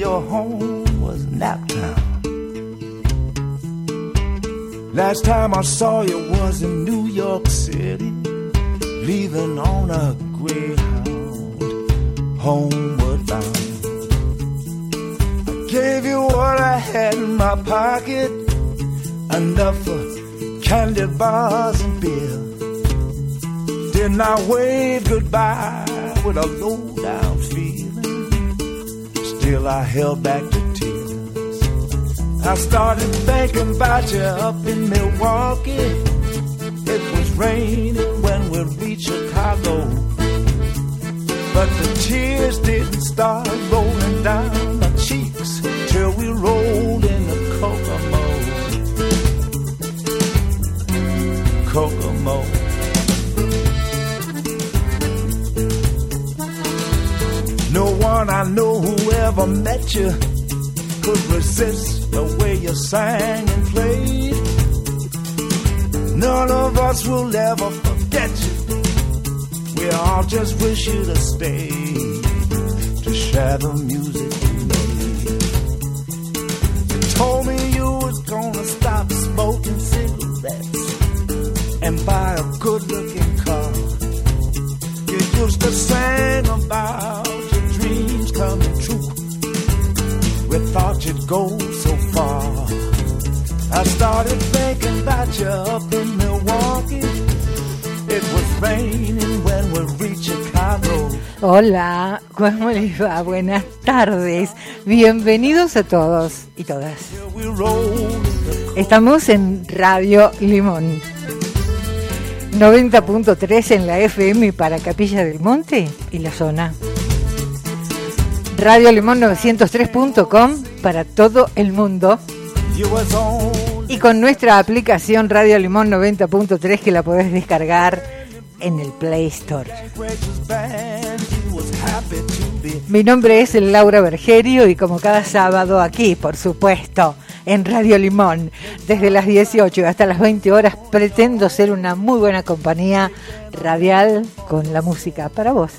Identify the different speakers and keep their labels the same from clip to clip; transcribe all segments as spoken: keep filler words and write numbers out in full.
Speaker 1: your home was Naptown. Last time I saw you was in New York City, leaving on a Greyhound, homeward bound. I gave you what I had in my pocket, enough for candy bars and beer. Then I waved goodbye with a low-down feeling. Still I held back the tears. I started thinking about you up in Milwaukee. It was raining when we reached Chicago, but the tears didn't start rolling down my cheeks till we rolled into Kokomo. Kokomo. No one I know who ever met you could resist the way you sang and played. None of us will ever forget you. We all just wish you to stay, to share the music you made. You told me you was gonna stop smoking cigarettes and buy a good-looking car. You used to sing about your dreams coming true. We thought you'd go so far. I started thinking about you up in Milwaukee. It was raining when we reached Chicago.
Speaker 2: Hola, ¿cómo les va? Buenas tardes. Bienvenidos a todos y todas. Estamos en Radio Limón noventa punto tres en la F M para Capilla del Monte y la zona. Radio Limón novecientos tres punto com para todo el mundo. Y con nuestra aplicación Radio Limón noventa punto tres que la podés descargar en el Play Store. Mi nombre es Laura Bergerio y como cada sábado aquí, por supuesto, en Radio Limón, desde las dieciocho hasta las veinte horas, pretendo ser una muy buena compañía radial con la música para vos.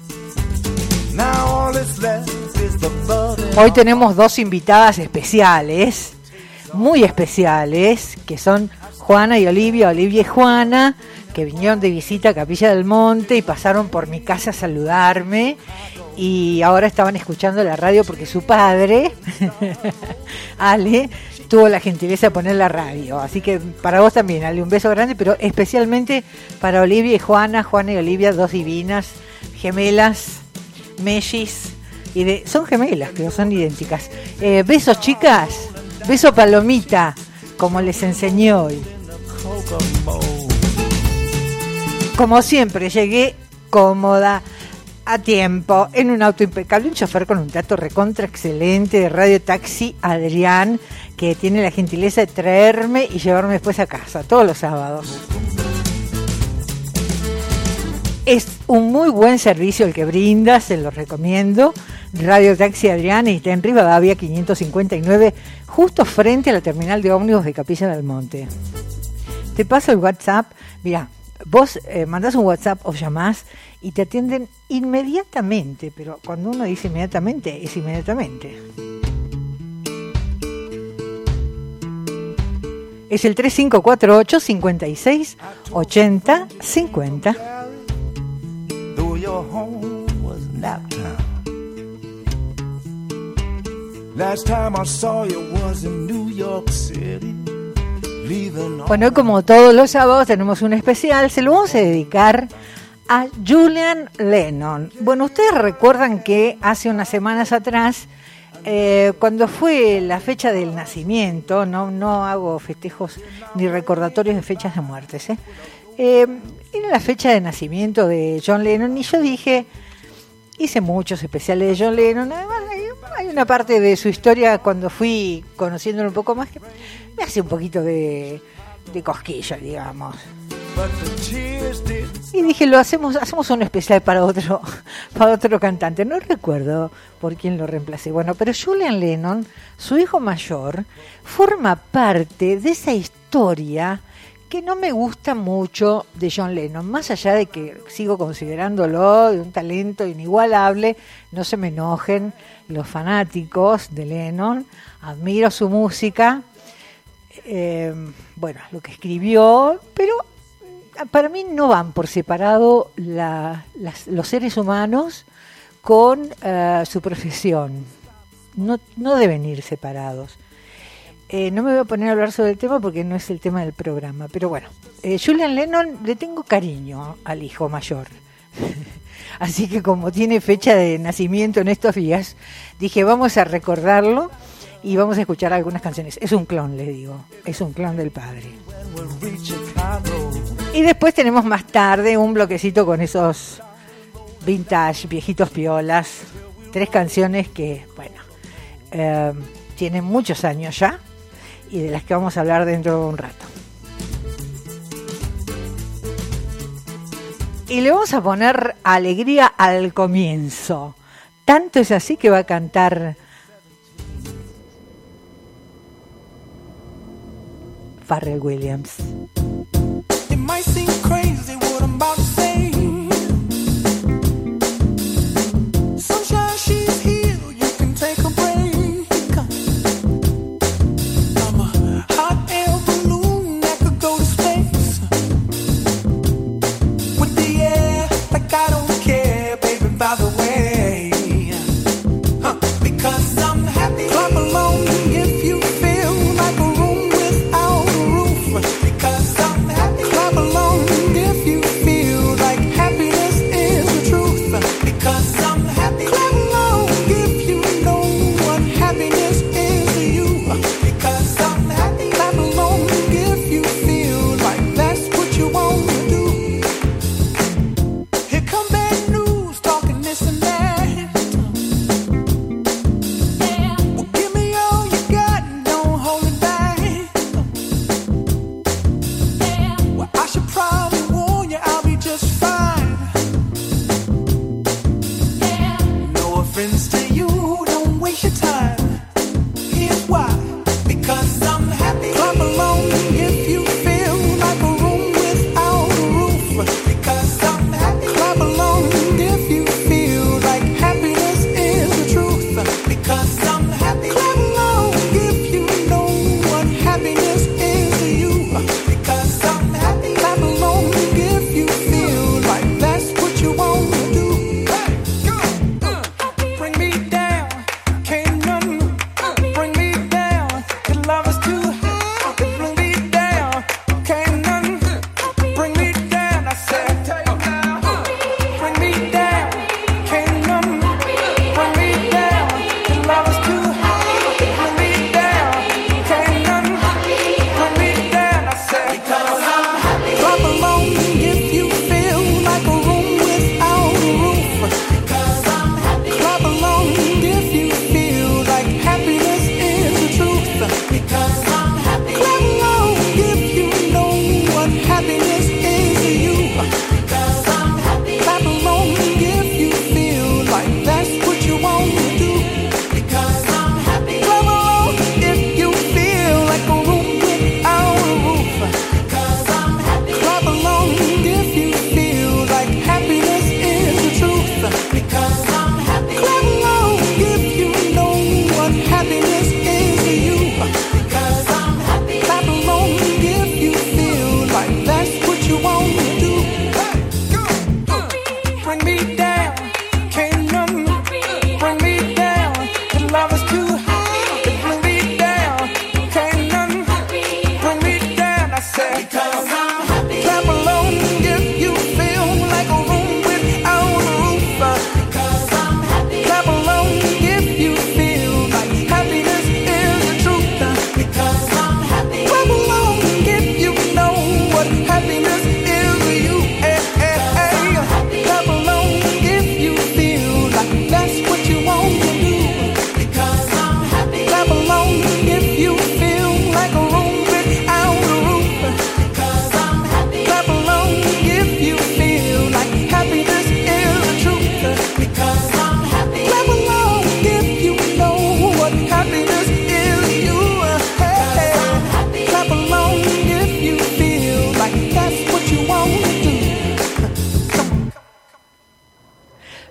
Speaker 2: Hoy tenemos dos invitadas especiales, muy especiales, que son Juana y Olivia, Olivia y Juana, que vinieron de visita a Capilla del Monte y pasaron por mi casa a saludarme y ahora estaban escuchando la radio porque su padre, Ale, tuvo la gentileza de poner la radio. Así que para vos también, Ale, un beso grande, pero especialmente para Olivia y Juana, Juana y Olivia, dos divinas, gemelas, mellizas, y de, son gemelas, que son idénticas. Eh, besos, chicas, beso palomita, como les enseñé hoy. Como siempre, llegué cómoda, a tiempo, en un auto impecable, un chofer con un trato recontra excelente de Radio Taxi Adrián, que tiene la gentileza de traerme y llevarme después a casa, todos los sábados. Es un muy buen servicio el que brinda, se lo recomiendo. Radio Taxi Adrián está en Rivadavia quinientos cincuenta y nueve, justo frente a la terminal de ómnibus de Capilla del Monte. Te paso el WhatsApp, mira. Vos eh, mandás un WhatsApp o llamás y te atienden inmediatamente, pero cuando uno dice inmediatamente, es inmediatamente. Es el tres cinco cuatro ocho, cinco seis, ochenta, cincuenta. Last time I saw you was in New York City. Bueno, hoy como todos los sábados tenemos un especial, se lo vamos a dedicar a Julian Lennon. Bueno, ustedes recuerdan que hace unas semanas atrás, eh, cuando fue la fecha del nacimiento, no, no hago festejos ni recordatorios de fechas de muertes, ¿eh? Eh, era la fecha de nacimiento de John Lennon y yo dije, hice muchos especiales de John Lennon, además hay, hay una parte de su historia cuando fui conociéndolo un poco más que me hace un poquito de, de cosquilla, digamos. Y dije, lo hacemos, hacemos un especial para otro, para otro cantante. No recuerdo por quién lo reemplacé. Bueno, pero Julian Lennon, su hijo mayor, forma parte de esa historia que no me gusta mucho de John Lennon, más allá de que sigo considerándolo de un talento inigualable. No se me enojen los fanáticos de Lennon, admiro su música, eh, bueno, lo que escribió, pero para mí no van por separado la, las, los seres humanos con uh, su profesión, no, no deben ir separados. Eh, no me voy a poner a hablar sobre el tema porque no es el tema del programa, pero bueno, eh, Julian Lennon, le tengo cariño al hijo mayor. Así que como tiene fecha de nacimiento en estos días, dije vamos a recordarlo y vamos a escuchar algunas canciones. Es un clon, les digo, es un clon del padre. Y después tenemos más tarde un bloquecito con esos vintage, viejitos piolas, tres canciones que, bueno, eh, tienen muchos años ya y de las que vamos a hablar dentro de un rato. Y le vamos a poner alegría al comienzo. Tanto es así que va a cantar Pharrell Williams.
Speaker 3: It might seem crazy what I'm about to say. Sunshine, she's here, you can take a break. I'm a hot air balloon that could go to space. With the air, like I don't care, baby, by the way. Huh, because I'm happy. Clap along if you feel like a room without a roof. Because I'm happy.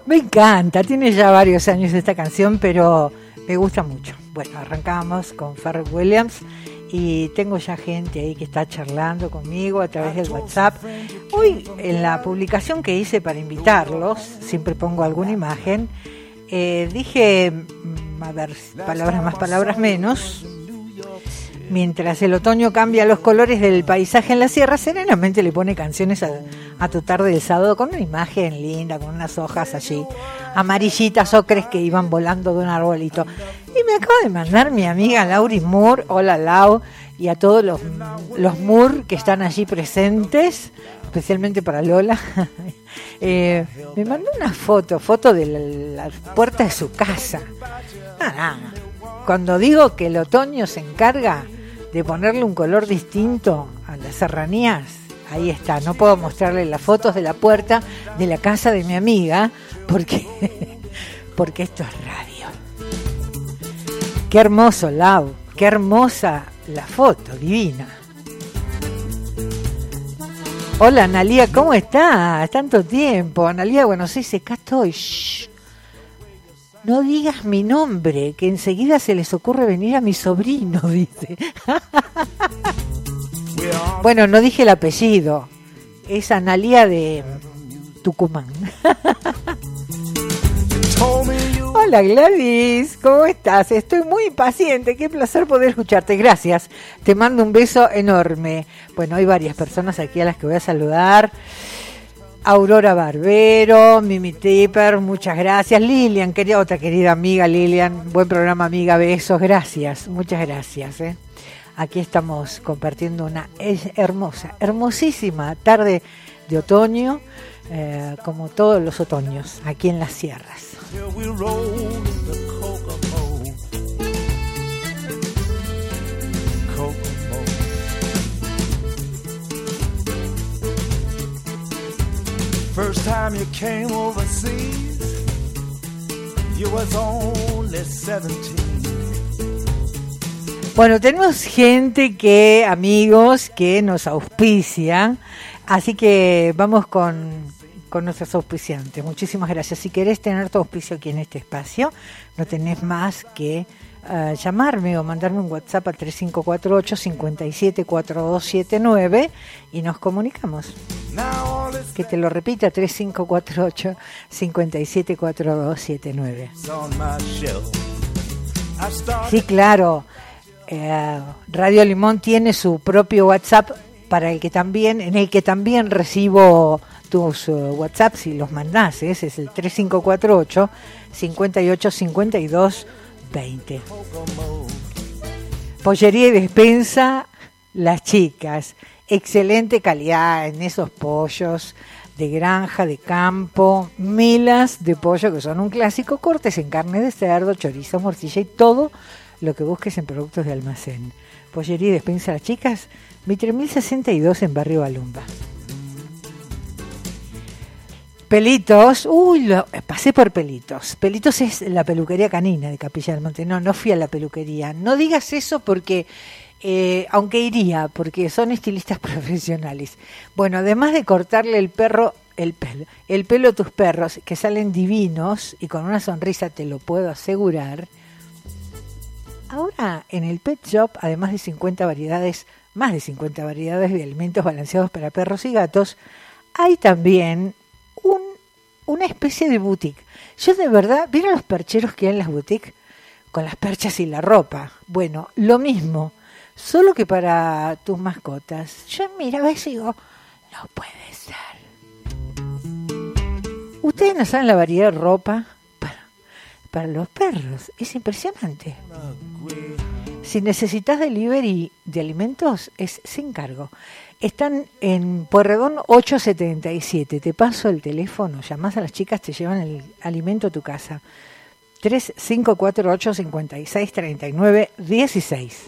Speaker 2: Me encanta, tiene ya varios años esta canción, pero me gusta mucho. Bueno, arrancamos con Pharrell Williams y tengo ya gente ahí que está charlando conmigo a través del WhatsApp. Hoy en la publicación que hice para invitarlos, siempre pongo alguna imagen, eh, dije, a ver, palabras más, palabras menos. Mientras el otoño cambia los colores del paisaje en la sierra, serenamente le pone canciones a, a tu tarde del sábado con una imagen linda, con unas hojas allí, amarillitas, ocres que iban volando de un arbolito. Y me acaba de mandar mi amiga Lauri Moore, hola Lau, y a todos los, los Moore que están allí presentes, especialmente para Lola. eh, me mandó una foto, foto de la, la puerta de su casa. Ah, nada. Cuando digo que el otoño se encarga de ponerle un color distinto a las serranías, ahí está. No puedo mostrarle las fotos de la puerta de la casa de mi amiga porque, porque esto es radio. Qué hermoso, Lau, qué hermosa la foto, divina. Hola Analía, ¿cómo estás? Tanto tiempo. Analía, bueno, sí, acá estoy. Shh. No digas mi nombre, que enseguida se les ocurre venir a mi sobrino, dice. Bueno, no dije el apellido. Es Analía de Tucumán. Hola Gladys, ¿cómo estás? Estoy muy impaciente, qué placer poder escucharte. Gracias, te mando un beso enorme. Bueno, hay varias personas aquí a las que voy a saludar. Aurora Barbero, Mimi Tipper, muchas gracias. Lilian, querida, otra querida amiga Lilian, buen programa amiga, besos, gracias, muchas gracias. ¿eh? Aquí estamos compartiendo una hermosa, hermosísima tarde de otoño, eh, como todos los otoños, aquí en las sierras.
Speaker 1: First time you came overseas, you was only seventeen.
Speaker 2: Bueno, tenemos gente que, amigos, que nos auspician, así que vamos con, con nuestros auspiciantes. Muchísimas gracias. Si querés tener tu auspicio aquí en este espacio, no tenés más que uh, llamarme o mandarme un WhatsApp al tres cinco cuatro ocho, cinco siete cuatro dos siete nueve y nos comunicamos. Que te lo repita, tres cinco cuatro ocho, cinco siete cuatro dos siete nueve. Sí, claro. Eh, Radio Limón tiene su propio WhatsApp para el que también, en el que también recibo tus uh, WhatsApp si los mandás. ¿eh? Ese es el tres cinco cuatro ocho, cinco ocho cinco dos veinte. Pollería y despensa Las Chicas. Excelente calidad en esos pollos de granja, de campo, milas de pollo que son un clásico, cortes en carne de cerdo, chorizo, morcilla y todo lo que busques en productos de almacén. Pollería y despensa Las Chicas, Mitre mil sesenta y dos en Barrio Balumba. Pelitos, uy, lo, pasé por Pelitos. Pelitos es la peluquería canina de Capilla del Monte. No, no fui a la peluquería. No digas eso porque... Eh, aunque iría, porque son estilistas profesionales. Bueno, además de cortarle el perro, el pelo, el pelo a tus perros, que salen divinos y con una sonrisa, te lo puedo asegurar. Ahora en el Pet Shop, además de cincuenta variedades, más de cincuenta variedades de alimentos balanceados para perros y gatos, hay también un, una especie de boutique. Yo de verdad, ¿vieron los percheros que hay en las boutiques? Con las perchas y la ropa. Bueno, lo mismo. Solo que para tus mascotas. Yo miraba eso y digo, no puede ser. Ustedes no saben la variedad de ropa para, para los perros. Es impresionante. Si necesitas delivery de alimentos, es sin cargo. Están en Pueyrredón ochocientos setenta y siete. Te paso el teléfono, llamás a las chicas, te llevan el alimento a tu casa. tres cinco cuatro ocho, cinco seis, tres nueve uno seis.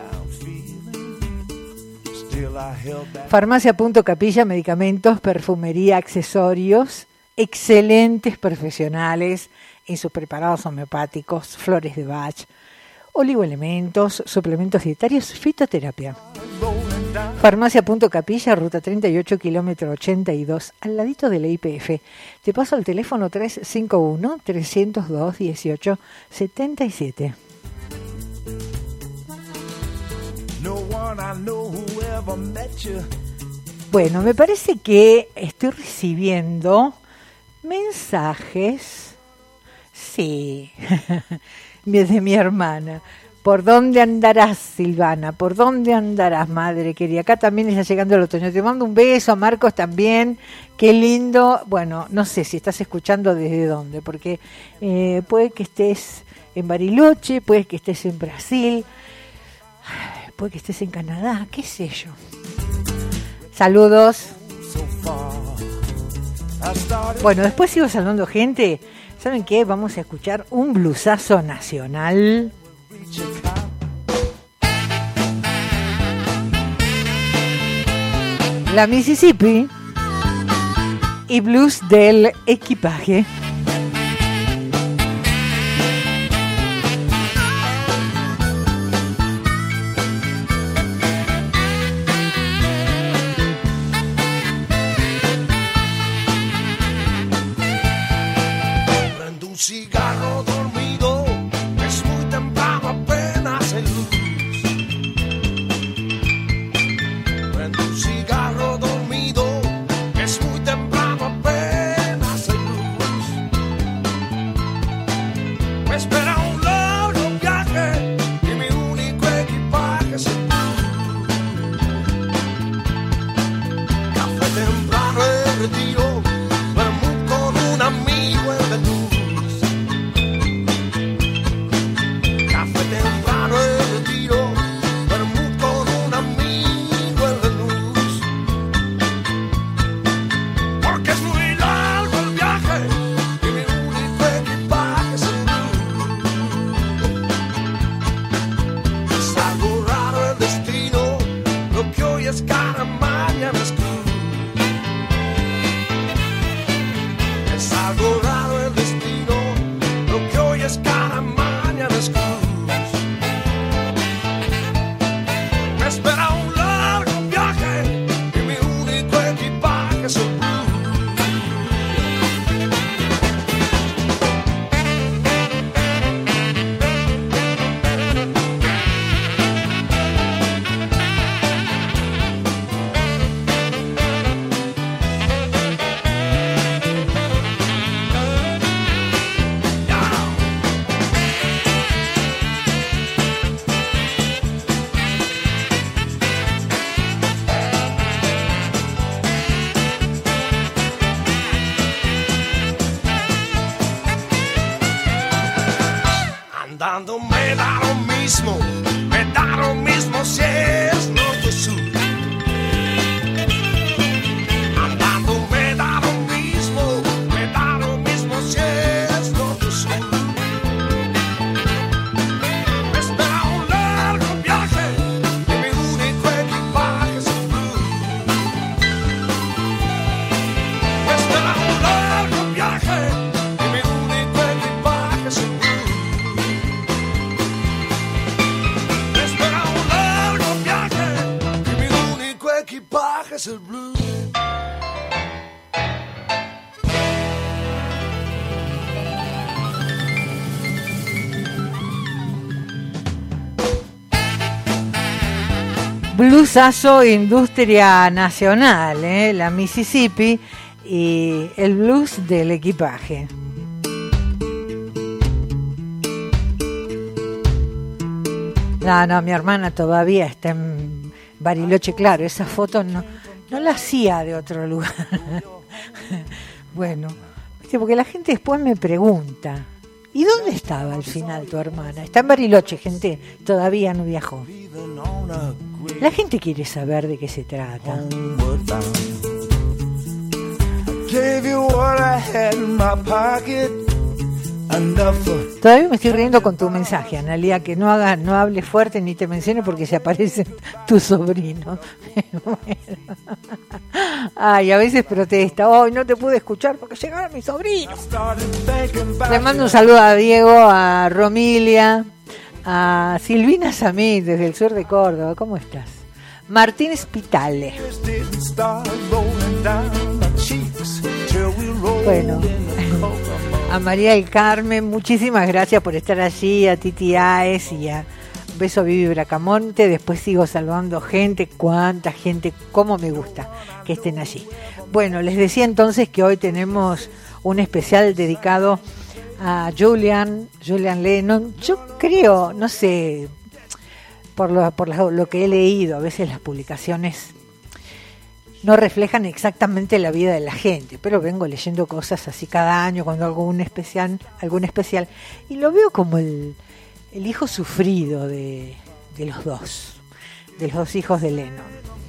Speaker 2: Farmacia Punto Capilla, medicamentos, perfumería, accesorios, excelentes profesionales en sus preparados homeopáticos, flores de Bach, oligoelementos, suplementos dietarios, fitoterapia. Farmacia Punto Capilla, ruta treinta y ocho, kilómetro ochenta y dos, al ladito de la I P F. Te paso el teléfono tres cinco uno, tres cero dos, uno ocho siete siete. Bueno, me parece que estoy recibiendo mensajes, sí, de mi hermana. ¿Por dónde andarás, Silvana? ¿Por dónde andarás, madre querida? Acá también está llegando el otoño. Te mando un beso, a Marcos también. Qué lindo. Bueno, no sé si estás escuchando desde dónde, porque eh, puede que estés en Bariloche, puede que estés en Brasil, puede que estés en Canadá, qué sé yo. Saludos. Bueno, después sigo saludando gente. ¿Saben qué? Vamos a escuchar un bluesazo nacional. La Mississippi y blues del Equipaje.
Speaker 3: Prendo un cigarro dormido, es muy temprano, apenas hay luz. Prendo un cigarro dormido, es muy temprano, apenas hay luz. Me espera un largo viaje y mi único equipaje es el blues. Café temprano en retiro, vermut con un amigo en Venus. Café temprano en retiro, vermut con un amigo en Venus. Porque es muy largo el viaje y mi único equipaje es el blues. Es algo raro el destino, lo que hoy es cara, mañana es cruz. Es algo raro el destino, lo que hoy es cara, mañana es cruz. Me espera un largo viaje y mi único equipaje es el blues. Andando me da lo mismo, me da lo mismo si es norte o sur. Andando me da lo mismo, me da lo mismo si es norte o sur. Me espera un largo viaje y mi único equipaje es el blues. Me espera un largo viaje y mi único equipaje es el blues. Me espera un largo viaje y mi único equipaje es el blues.
Speaker 2: Bluesazo industria nacional, ¿eh? La Mississippi y el blues del Equipaje. No, no, mi hermana todavía está en Bariloche, claro, esa foto no, no la hacía de otro lugar. Bueno, ¿viste? Porque la gente después me pregunta, ¿y dónde estaba al final tu hermana? Está en Bariloche, gente, todavía no viajó. La gente quiere saber de qué se trata. Todavía me estoy riendo con tu mensaje, Analia, que no haga, no hables fuerte ni te mencione porque se aparecen tus sobrinos. Ay, a veces protesta, hoy no te pude escuchar porque llegaron mis sobrinos. Le mando un saludo a Diego, a Romilia, a Silvina Samit desde el sur de Córdoba. ¿Cómo estás? Martín Spitale. Bueno, a María del Carmen, muchísimas gracias por estar allí, a Titi Aes y a Beso Vivi Bracamonte. Después sigo saludando gente, cuánta gente, cómo me gusta que estén allí. Bueno, les decía entonces que hoy tenemos un especial dedicado a Julian, Julian Lennon. Yo creo, no sé, por lo, por lo, lo que he leído, a veces las publicaciones no reflejan exactamente la vida de la gente, pero vengo leyendo cosas así cada año cuando hago un especial, algún especial, y lo veo como el, el hijo sufrido de, de los dos, de los dos hijos de Lennon.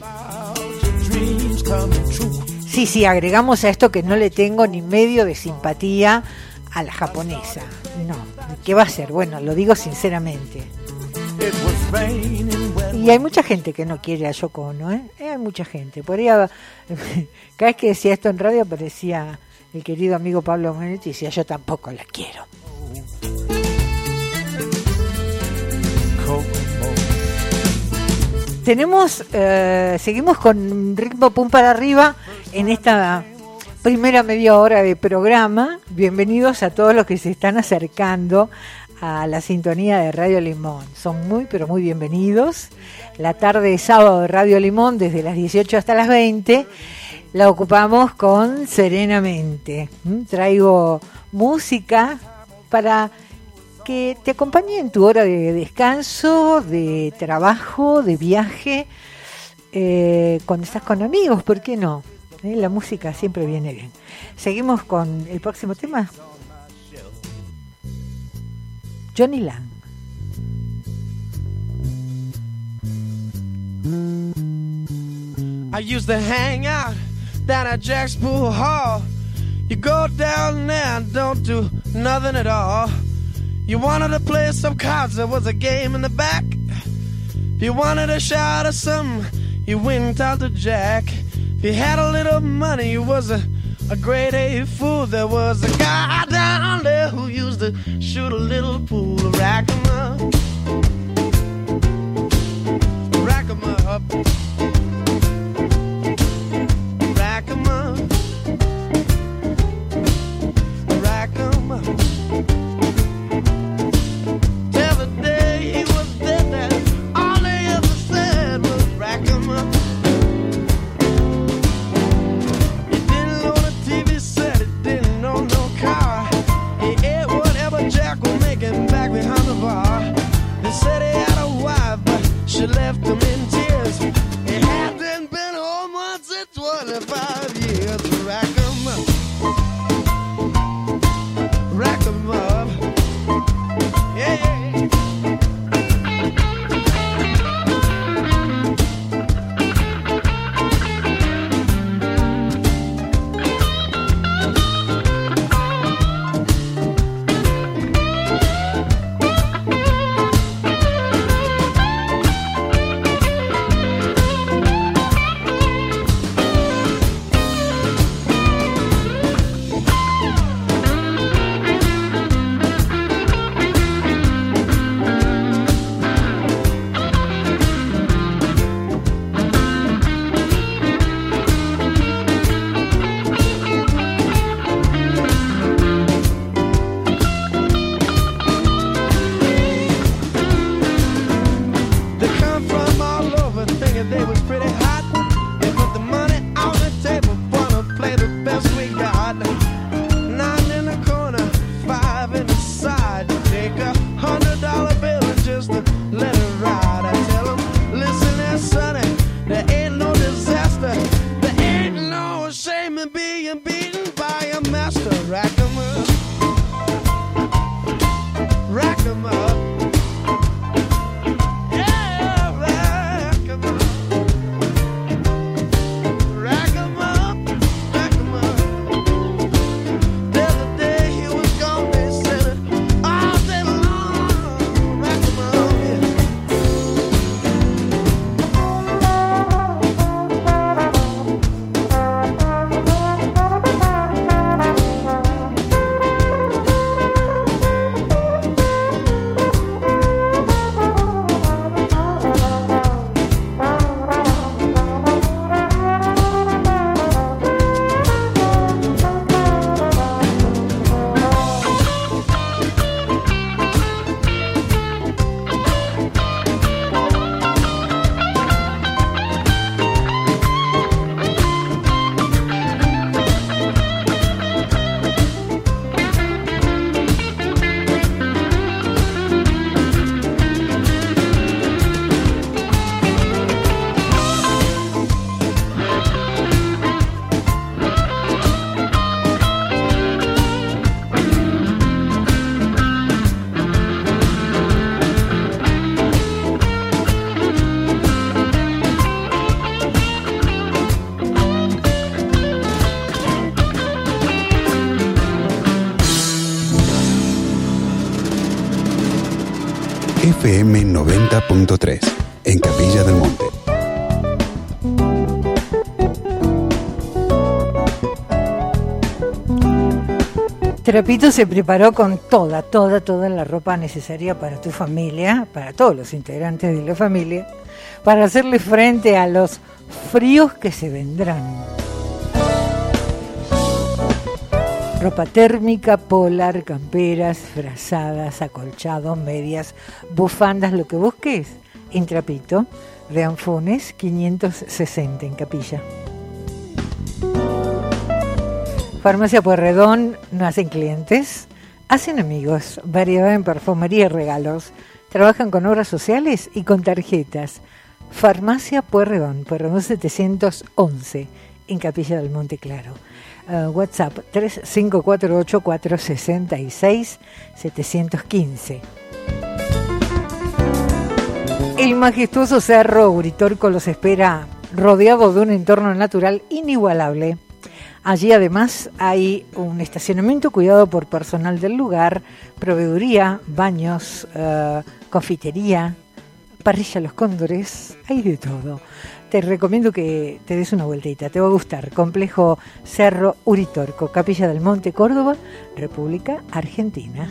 Speaker 2: Sí, sí, agregamos a esto que no le tengo ni medio de simpatía a la japonesa. No, ¿qué va a ser? Bueno, lo digo sinceramente. Y hay mucha gente que no quiere a Yoko Ono, ¿eh? Hay mucha gente. Por ahí, cada vez que decía esto en radio aparecía el querido amigo Pablo Monetti y decía, yo tampoco la quiero. Tenemos, eh, seguimos con ritmo pum para arriba en esta primera media hora de programa. Bienvenidos a todos los que se están acercando a la sintonía de Radio Limón. Son muy, pero muy bienvenidos. La tarde de sábado de Radio Limón, desde las dieciocho hasta las veinte, la ocupamos con Serenamente. ¿Mm? Traigo música para que te acompañe en tu hora de descanso, de trabajo, de viaje, eh, cuando estás con amigos, ¿por qué no? ¿Eh? La música siempre viene bien. Seguimos con el próximo tema. Johnny Lang.
Speaker 4: I used to hang out down at Jack's Pool Hall. You go down there and don't do nothing at all. You wanted to play some cards, there was a game in the back. You wanted a shot of something, you went out to Jack. If you had a little money, you was a A grade A fool. There was a guy down there who used to shoot a little pool, rack 'em up, rack 'em up, rack 'em up, rack 'em up. Till the day he was dead, that all they ever said was rack 'em up. Jack will make it back behind the
Speaker 5: F M noventa punto tres, en Capilla del Monte.
Speaker 2: Trapito se preparó con toda, toda, toda la ropa necesaria para tu familia, para todos los integrantes de la familia, para hacerle frente a los fríos que se vendrán. Ropa térmica, polar, camperas, frazadas, acolchados, medias, bufandas, lo que busques, en Trapito, de Anfunes, quinientos sesenta, en Capilla. Farmacia Pueyrredón no hacen clientes, hacen amigos, variedad en perfumería y regalos, trabajan con obras sociales y con tarjetas. Farmacia Pueyrredón, Pueyrredón setecientos once, en Capilla del Monte Claro. Uh, WhatsApp tres cinco cuatro ocho cuatro seis seis siete uno cinco. El majestuoso Cerro Uritorco los espera rodeado de un entorno natural inigualable. Allí además hay un estacionamiento cuidado por personal del lugar, proveeduría, baños, uh, confitería, parrilla Los Cóndores, hay de todo. Te recomiendo que te des una vueltita, te va a gustar. Complejo Cerro Uritorco, Capilla del Monte, Córdoba, República Argentina.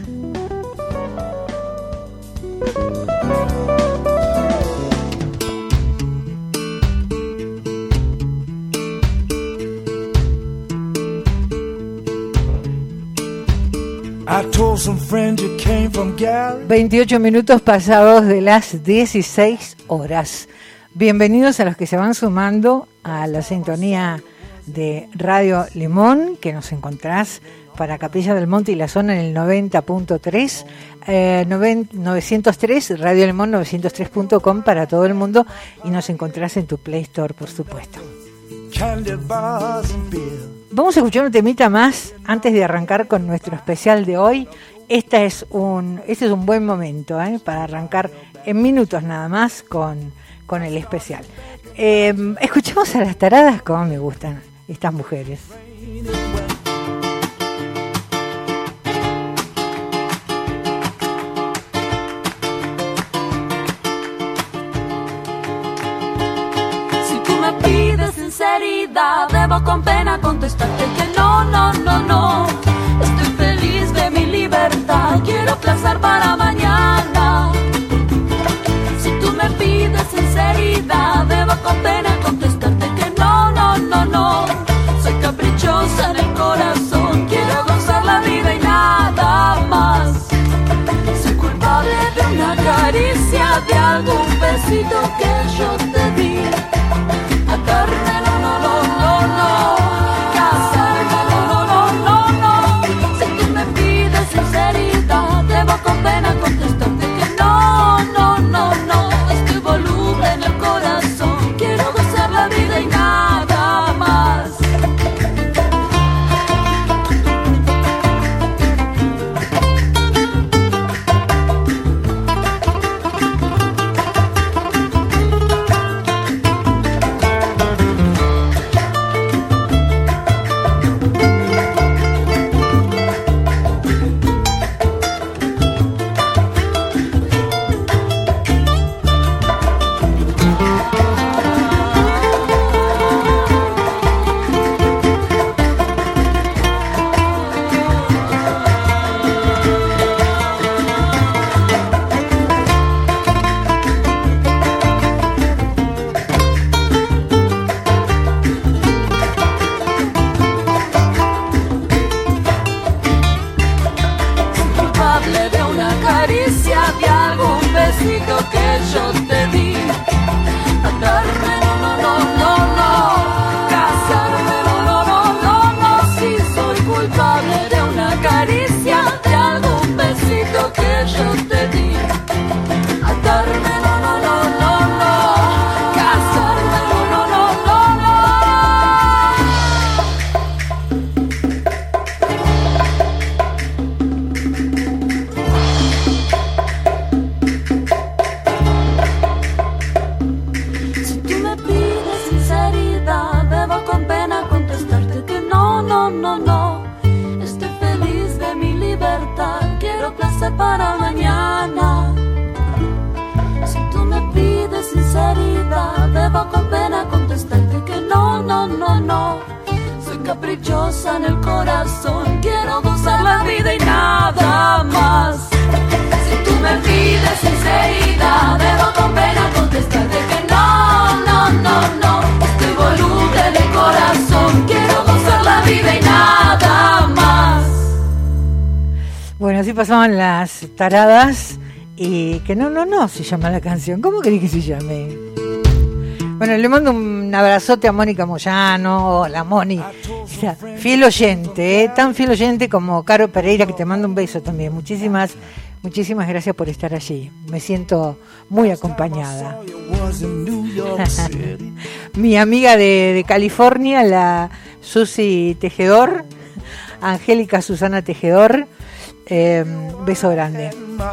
Speaker 2: veintiocho minutos pasados de las dieciséis horas. Bienvenidos a los que se van sumando a la sintonía de Radio Limón, que nos encontrás para Capilla del Monte y la zona en el noventa punto tres, eh, novecientos tres, Radio Limón novecientos tres punto com para todo el mundo, y nos encontrás en tu Play Store, por supuesto. Vamos a escuchar un temita más antes de arrancar con nuestro especial de hoy. Esta es un, este es un buen momento ¿eh? para arrancar en minutos nada más con, con el especial. Eh, escuchemos a las taradas, como me gustan estas mujeres.
Speaker 6: Sinceridad, debo con pena contestarte que no, no, no, no. Estoy feliz de mi libertad, quiero placer para mañana. Si tú me pides sinceridad, debo con pena contestarte que no, no, no, no. Soy caprichosa en el corazón, quiero gozar la vida y nada más. Soy culpable de una caricia, de algún besito que yo te di. Atarme, no, no, no, no, no. Casarme, no, no, no, no, no. Si tú me pides sinceridad, debo con pena contestarte que no, no, no, no. Estoy voluble en el corazón, quiero gozar la vida y nada más. debo con pena contestarte que no, no, no, no. Soy caprichosa en el corazón, quiero gozar la vida y nada más. Si tú me pides sinceridad, debo con pena contestarte que no, no, no, no. Estoy voluble en el corazón, quiero gozar la vida y nada más.
Speaker 2: Bueno, así pasaban las taradas y que no, no, no se llama la canción. ¿Cómo querés que se llame? Bueno, le mando un abrazote a Mónica Moyano, la Moni, o sea, fiel oyente, ¿eh? Tan fiel oyente como Caro Pereira, que te mando un beso también. Muchísimas, muchísimas gracias por estar allí. Me siento muy acompañada. Mi amiga de, de California, la Susi Tejedor, Angélica Susana Tejedor, eh, beso grande.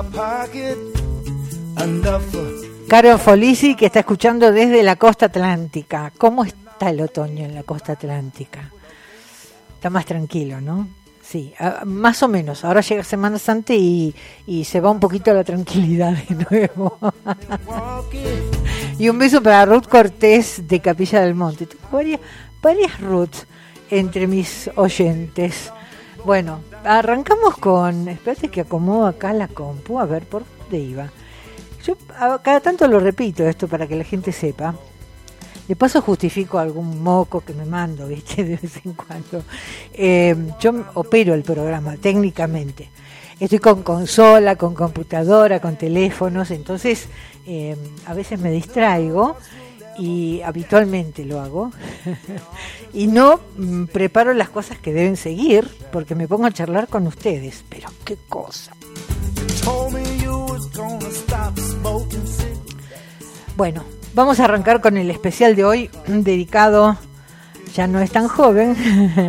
Speaker 2: Caro Folisi, que está escuchando desde la costa atlántica. ¿Cómo está el otoño en la costa atlántica? Está más tranquilo, ¿no? Sí, uh, más o menos. Ahora llega Semana Santa y, y se va un poquito la tranquilidad de nuevo. Y un beso para Ruth Cortés de Capilla del Monte. Tengo varias, varias Ruth entre mis oyentes. Bueno, arrancamos con... Espérate que acomodo acá la compu, a ver por dónde iba. Yo a cada tanto lo repito esto para que la gente sepa. De paso justifico algún moco que me mando, ¿viste? De vez en cuando. Eh, yo opero el programa técnicamente. Estoy con consola, con computadora, con teléfonos, entonces eh, a veces me distraigo y habitualmente lo hago. Y no mm, preparo las cosas que deben seguir porque me pongo a charlar con ustedes. Pero qué cosa. Bueno, vamos a arrancar con el especial de hoy dedicado, ya no es tan joven,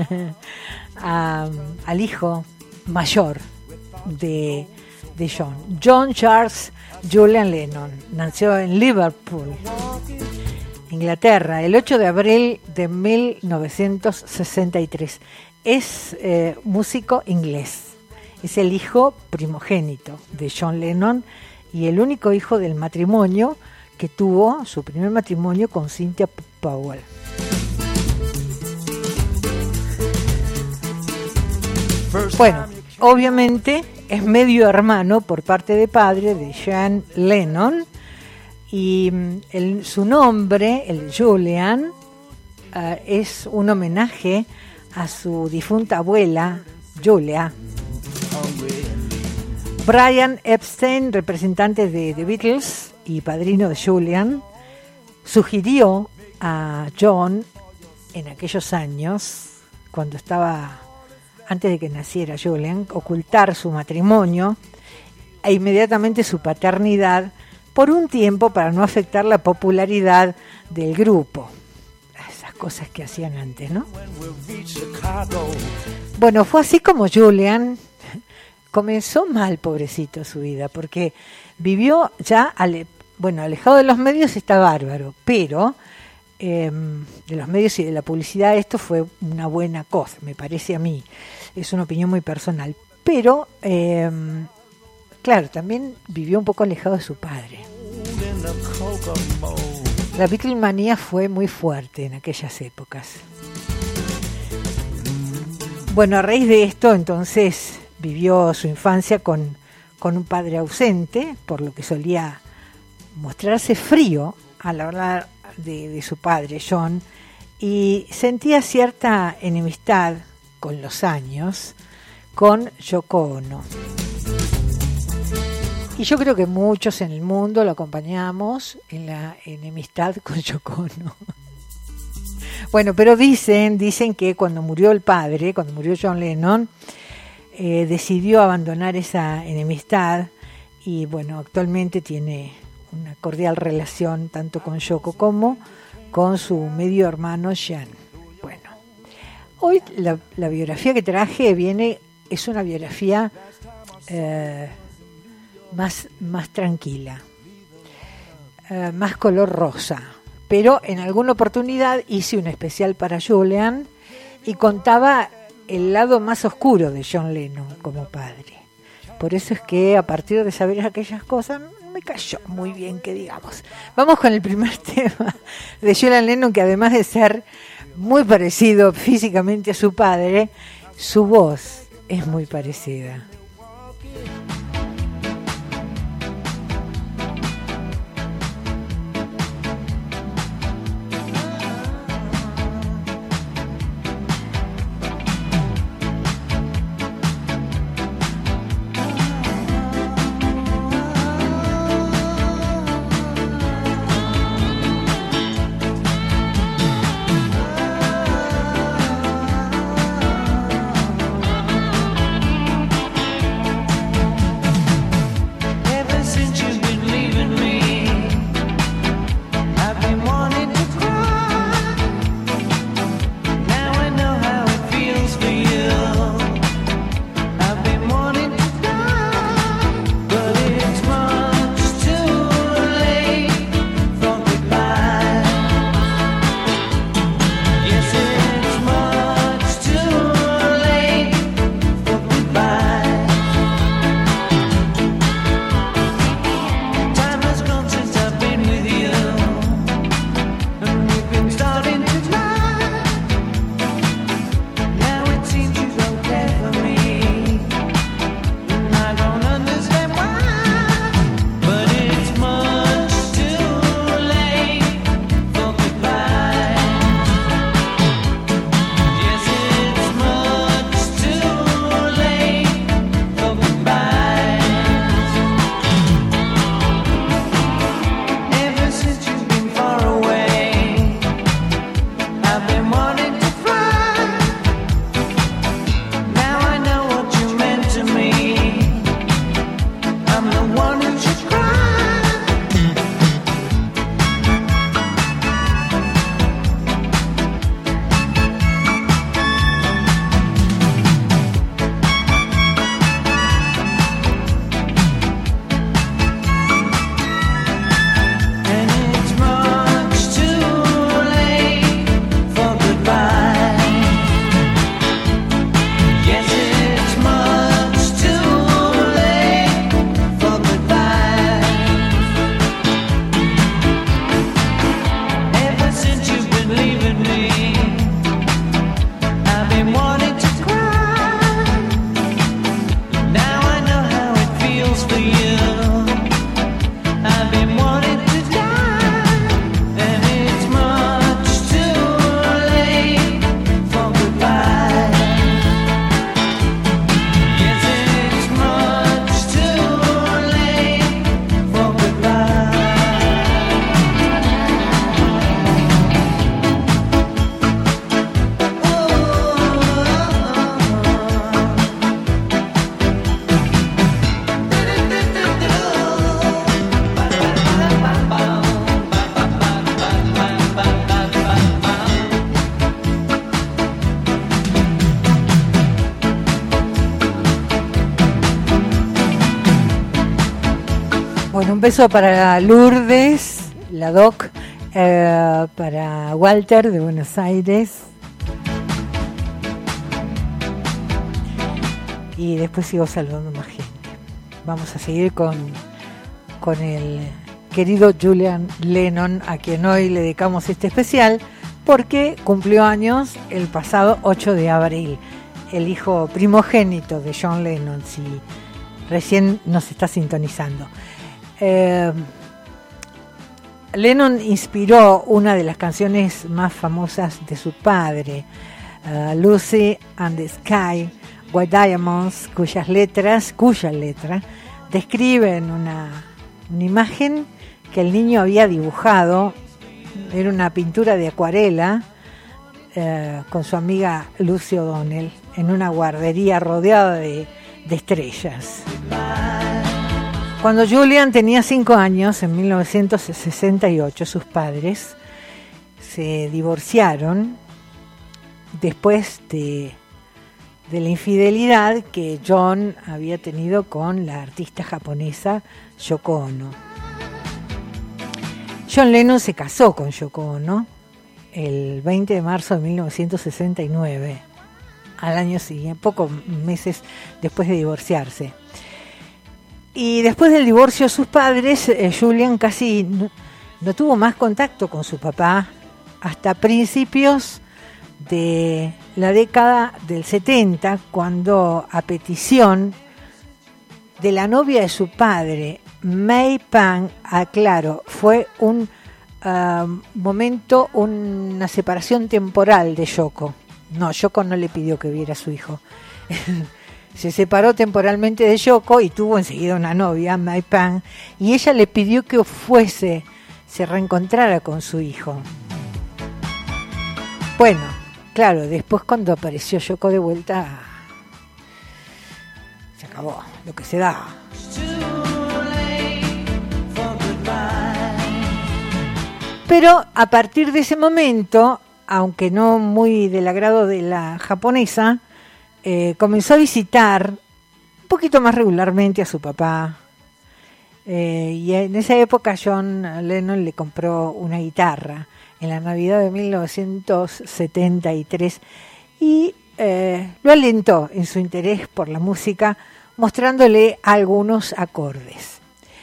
Speaker 2: a, al hijo mayor de, de John. John Charles Julian Lennon nació en Liverpool, Inglaterra, el ocho de abril de mil novecientos sesenta y tres. Es eh, músico inglés. Es el hijo primogénito de John Lennon y el único hijo del matrimonio que tuvo, su primer matrimonio con Cynthia Powell. Bueno, obviamente es medio hermano por parte de padre de John Lennon y el, su nombre, el Julian, uh, es un homenaje a su difunta abuela, Julia. Brian Epstein, representante de The Beatles y padrino de Julian, sugirió a John en aquellos años, cuando estaba, antes de que naciera Julian, ocultar su matrimonio e inmediatamente su paternidad por un tiempo para no afectar la popularidad del grupo. Esas cosas que hacían antes, ¿no? Bueno, fue así como Julian comenzó mal, pobrecito, su vida, porque vivió ya, ale, bueno, alejado de los medios está bárbaro, pero eh, de los medios y de la publicidad esto fue una buena cosa, me parece a mí, es una opinión muy personal, pero eh, claro, también vivió un poco alejado de su padre. La Beatlemanía fue muy fuerte en aquellas épocas. Bueno, a raíz de esto, entonces, vivió su infancia con, con un padre ausente, por lo que solía mostrarse frío al hablar de, de su padre, John, y sentía cierta enemistad con los años con Yoko Ono. Y yo creo que muchos en el mundo lo acompañamos en la enemistad con Yoko Ono. Bueno, pero dicen, dicen que cuando murió el padre, cuando murió John Lennon, eh, decidió abandonar esa enemistad y bueno, actualmente tiene una cordial relación tanto con Yoko como con su medio hermano Jan. Bueno, hoy la, la biografía que traje viene, es una biografía eh, más, más tranquila, eh, más color rosa. Pero en alguna oportunidad hice un especial para Julian y contaba el lado más oscuro de John Lennon como padre. Por eso es que a partir de saber aquellas cosas me cayó muy bien, que digamos. Vamos con el primer tema de Julian Lennon, que además de ser muy parecido físicamente a su padre, su voz es muy parecida. Bueno, un beso para Lourdes, la Doc, eh, para Walter de Buenos Aires. Y después sigo saludando más gente. Vamos a seguir con, con el querido Julian Lennon, a quien hoy le dedicamos este especial, porque cumplió años el pasado ocho de abril, el hijo primogénito de John Lennon, si recién nos está sintonizando. Eh, Lennon inspiró una de las canciones más famosas de su padre, uh, Lucy and the Sky, White Diamonds, cuyas letras, cuya letra describen una, una imagen que el niño había dibujado. Era una pintura de acuarela eh, con su amiga Lucy O'Donnell en una guardería rodeada de, de estrellas. Cuando Julian tenía cinco años, en mil novecientos sesenta y ocho, sus padres se divorciaron después de, de la infidelidad que John había tenido con la artista japonesa Yoko Ono. John Lennon se casó con Yoko Ono el veinte de marzo de mil novecientos sesenta y nueve, al año siguiente, pocos meses después de divorciarse. Y después del divorcio de sus padres, eh, Julian casi no, no tuvo más contacto con su papá hasta principios de la década del setenta, cuando a petición de la novia de su padre, May Pang, aclaro, fue un uh, momento, una separación temporal de Yoko. No, Yoko no le pidió que viera a su hijo. Se separó temporalmente de Yoko y tuvo enseguida una novia, May Pang, y ella le pidió que fuese, se reencontrara con su hijo. Bueno, claro, después cuando apareció Yoko de vuelta, se acabó lo que se da. Pero a partir de ese momento, aunque no muy del agrado de la japonesa, eh, comenzó a visitar un poquito más regularmente a su papá. Eh, y en esa época John Lennon le compró una guitarra en la Navidad de mil novecientos setenta y tres y eh, lo alentó en su interés por la música, mostrándole algunos acordes.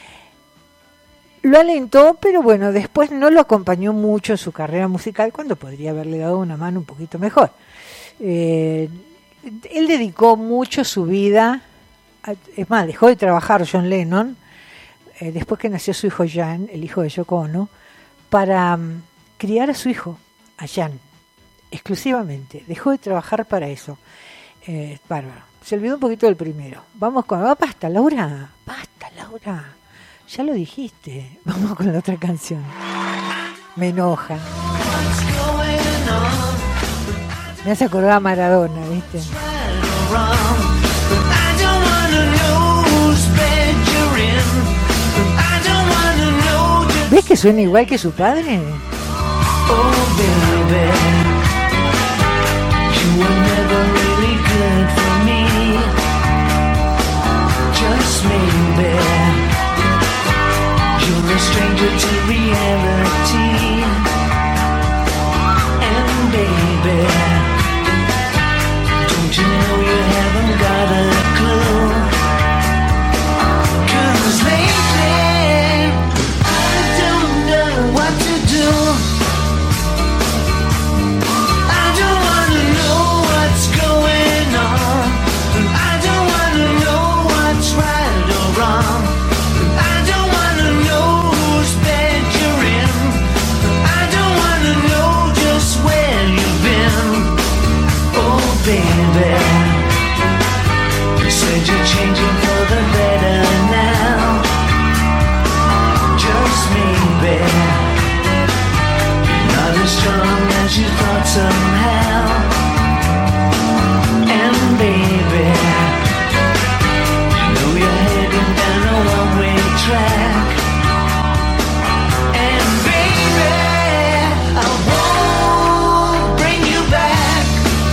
Speaker 2: Lo alentó, pero bueno, después no lo acompañó mucho en su carrera musical, cuando podría haberle dado una mano un poquito mejor. Eh, él dedicó mucho su vida, a, es más, dejó de trabajar John Lennon, eh, después que nació su hijo Jan, el hijo de Yoko Ono, para um, criar a su hijo, a Jan, exclusivamente. Dejó de trabajar para eso. Eh, bárbaro. Se olvidó un poquito del primero. Vamos con... Ah, basta, Laura. Basta, Laura. Ya lo dijiste. Vamos con la otra canción. Me enoja. Me hace acordar a Maradona, ¿viste? ¿Ves que suena igual que su padre?
Speaker 3: Oh, baby, you were never really good for me. Just maybe you're a stranger to reality. And baby, don't you know you haven't got a clue? 'Cause lately I don't know what to do. You thought somehow, and baby, you know you're heading down a one-way track, and baby, I won't bring you back.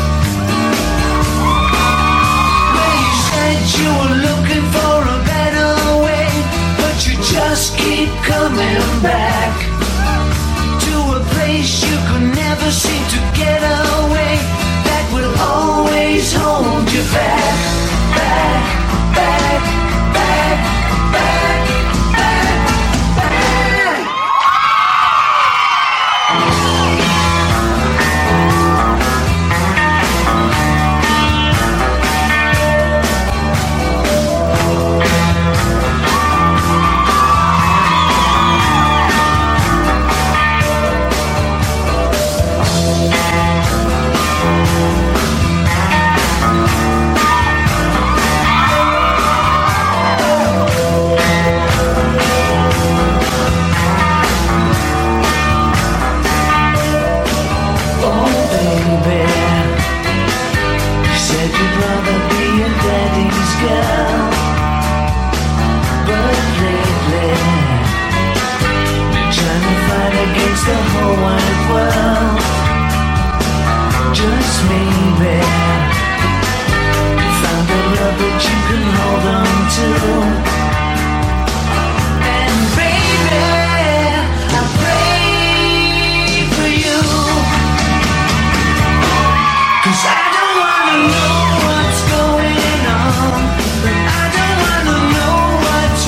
Speaker 3: Where you said you were looking for a better way, but you just keep coming back to a place you could never seem to get away, that will always hold you back, back, back, back, back, back, back. The whole wide world, just maybe found a love that you can hold on to, and baby, I pray for you, 'cause I don't wanna know what's going on, I don't wanna know what's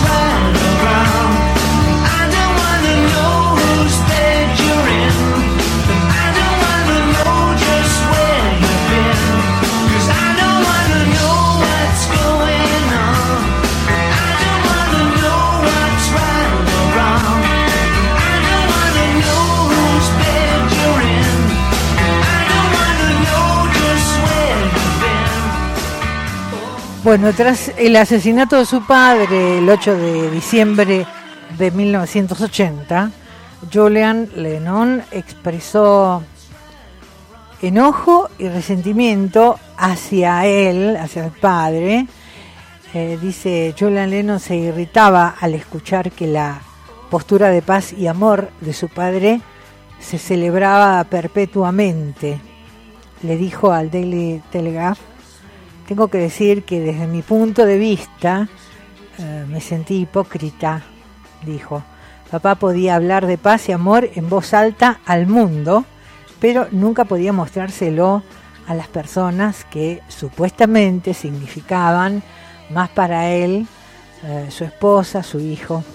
Speaker 2: Bueno, tras el asesinato de su padre el ocho de diciembre de mil novecientos ochenta, Julian Lennon expresó enojo y resentimiento hacia él, hacia el padre. Eh, dice, Julian Lennon se irritaba al escuchar que la postura de paz y amor de su padre se celebraba perpetuamente. Le dijo al Daily Telegraph: tengo que decir que desde mi punto de vista eh, me sentí hipócrita, dijo. Papá podía hablar de paz y amor en voz alta al mundo, pero nunca podía mostrárselo a las personas que supuestamente significaban más para él, eh, su esposa, su hijo.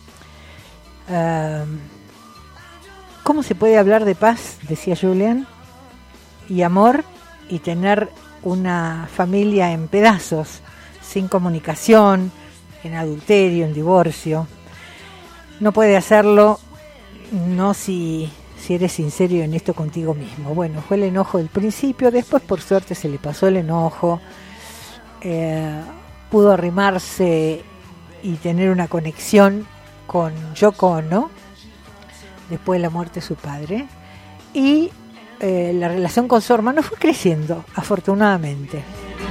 Speaker 2: Eh, ¿Cómo se puede hablar de paz, decía Julian, y amor, y tener una familia en pedazos, sin comunicación, en adulterio, en divorcio? No puede hacerlo, no si, si eres sincero y honesto contigo mismo. Bueno, fue el enojo del principio, después por suerte se le pasó el enojo, eh, pudo arrimarse y tener una conexión con Yoko Ono, después de la muerte de su padre, y eh, la relación con su hermano fue creciendo, afortunadamente.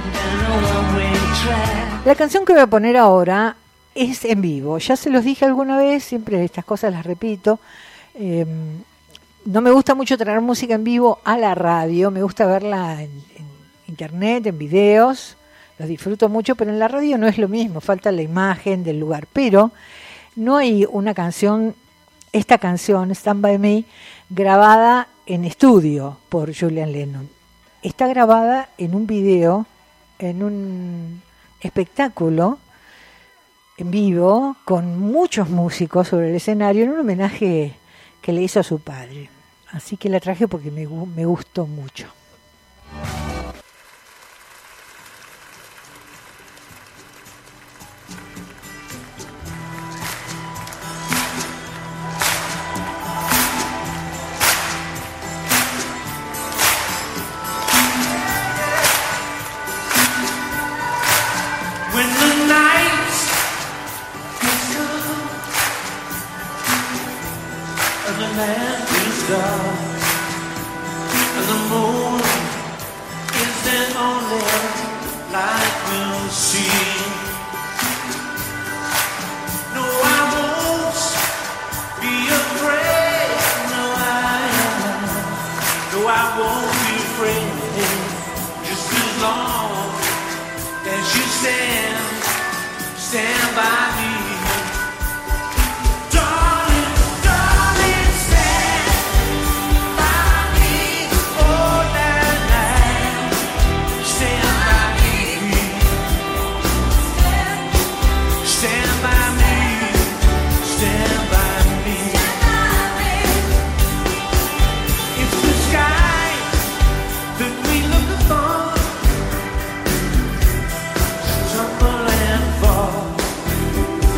Speaker 2: La canción que voy a poner ahora es en vivo. Ya se los dije alguna vez, siempre estas cosas las repito. Eh, no me gusta mucho traer música en vivo a la radio, me gusta verla en, en internet, en videos, los disfruto mucho, pero en la radio no es lo mismo, falta la imagen del lugar. Pero no hay una canción, esta canción, Stand By Me, grabada en estudio por Julian Lennon. Está grabada en un video, en un espectáculo en vivo, con muchos músicos sobre el escenario, en un homenaje que le hizo a su padre. Así que la traje porque me, me gustó mucho.
Speaker 3: Tumble and fall.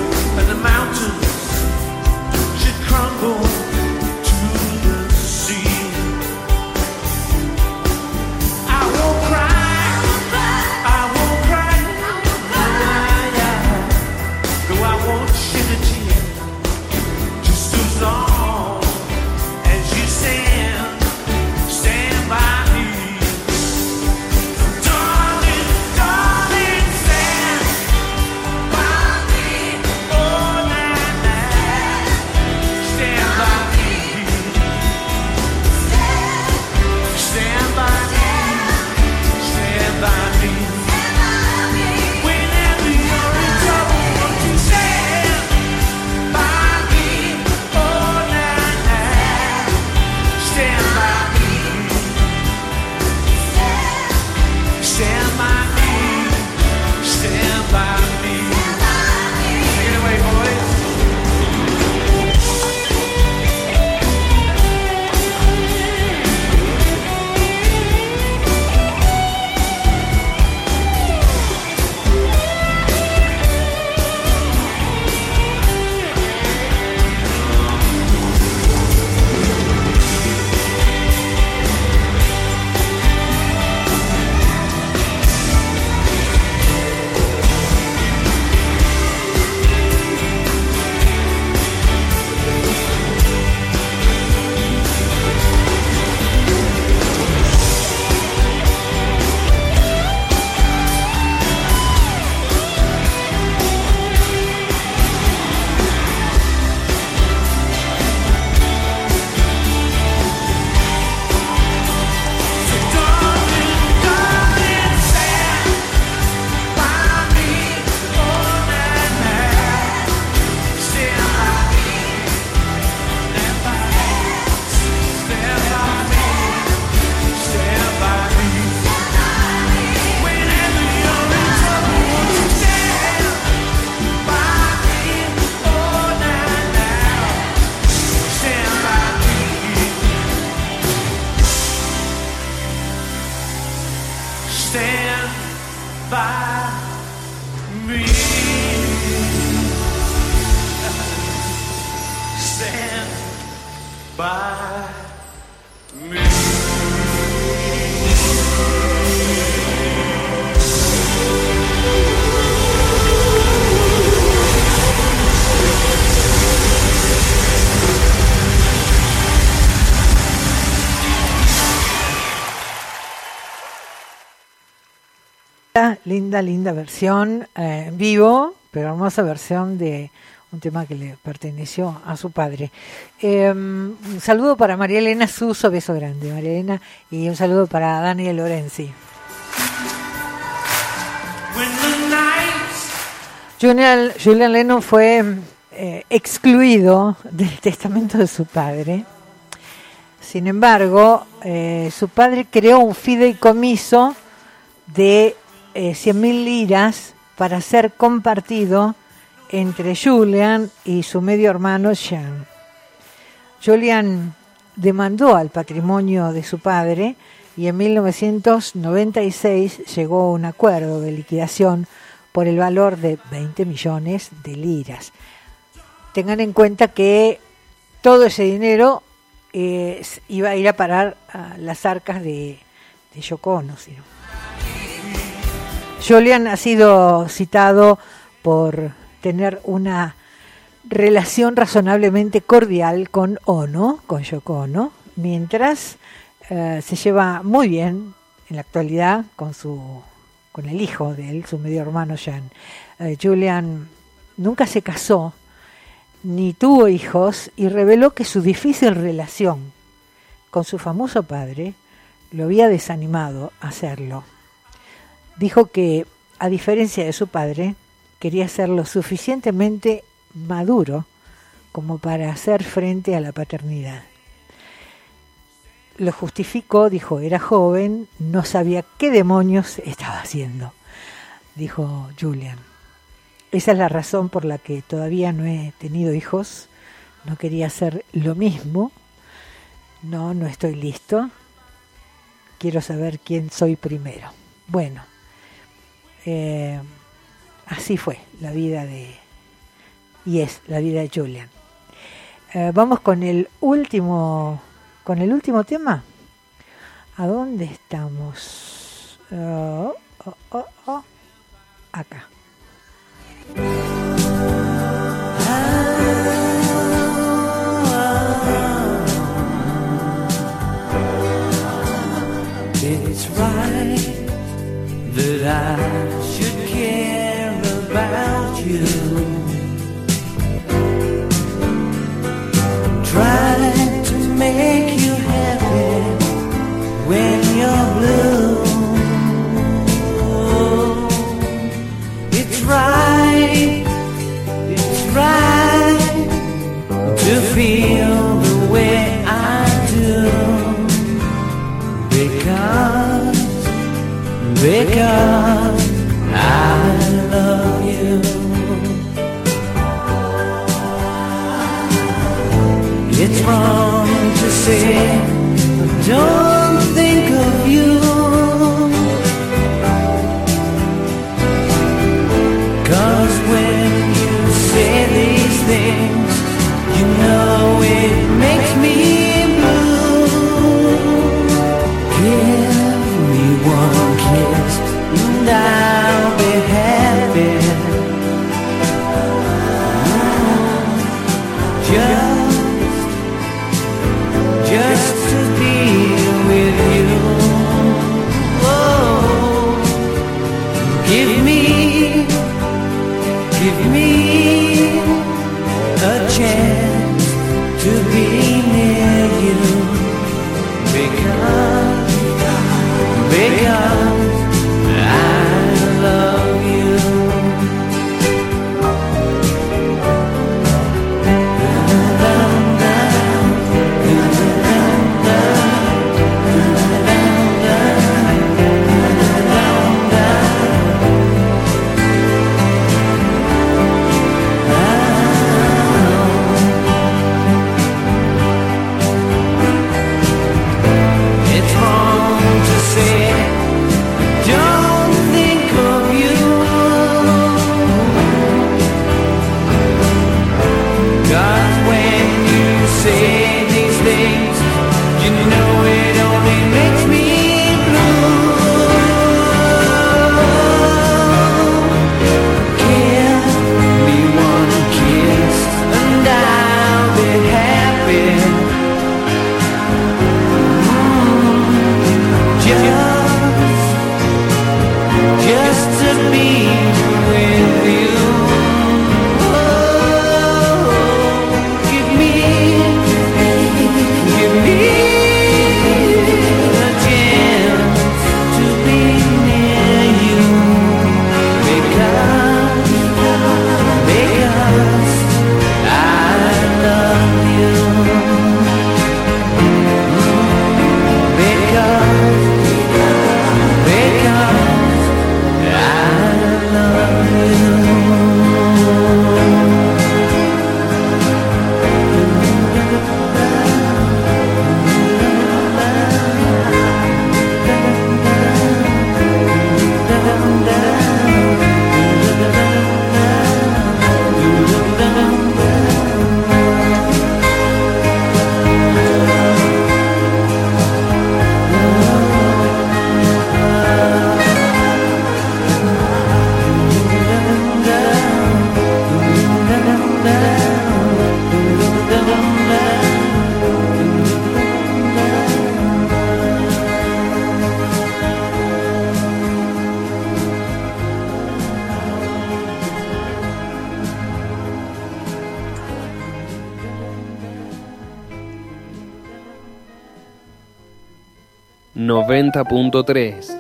Speaker 3: by me.
Speaker 2: Linda, linda versión eh, en vivo, pero hermosa versión de un tema que le perteneció a su padre. Eh, un saludo para María Elena Suso, beso grande, María Elena, y un saludo para Daniel Lorenzi. Julian, Julian Lennon fue eh, excluido del testamento de su padre. Sin embargo, eh, su padre creó un fideicomiso de eh, cien mil liras para ser compartido entre Julian y su medio hermano Sean. Julian demandó al patrimonio de su padre y en mil novecientos noventa y seis llegó a un acuerdo de liquidación por el valor de veinte millones de liras. Tengan en cuenta que todo ese dinero eh, iba a ir a parar a las arcas de, de Yoko Ono, ¿sí? Julian ha sido citado por tener una relación razonablemente cordial con Ono, con Yoko Ono, mientras eh, se lleva muy bien en la actualidad con su con el hijo de él, su medio hermano Sean. Eh, Julian nunca se casó ni tuvo hijos y reveló que su difícil relación con su famoso padre lo había desanimado a hacerlo. Dijo que, a diferencia de su padre, quería ser lo suficientemente maduro como para hacer frente a la paternidad. Lo justificó, dijo, era joven, no sabía qué demonios estaba haciendo, dijo Julian. Esa es la razón por la que todavía no he tenido hijos, no quería hacer lo mismo, no, no estoy listo, quiero saber quién soy primero. Bueno. Eh, así fue la vida de y es la vida de Julian. Eh, vamos con el último con el último tema. ¿A dónde estamos? Oh, oh, oh, oh. Acá.
Speaker 3: It's right that I should care about you. Trying to make you happy when you're blue. It's right, it's right to feel the way I do. Because Because I love you. It's wrong to say don't think of you, 'cause when you say these things, you know it makes me blue. Give me one kiss and I'll be happy. Just, just to be with you. Oh, give me, give me a chance to be near you. Because, because I love you. It's wrong to say don't think of you, 'cause when you say these
Speaker 7: noventa punto tres.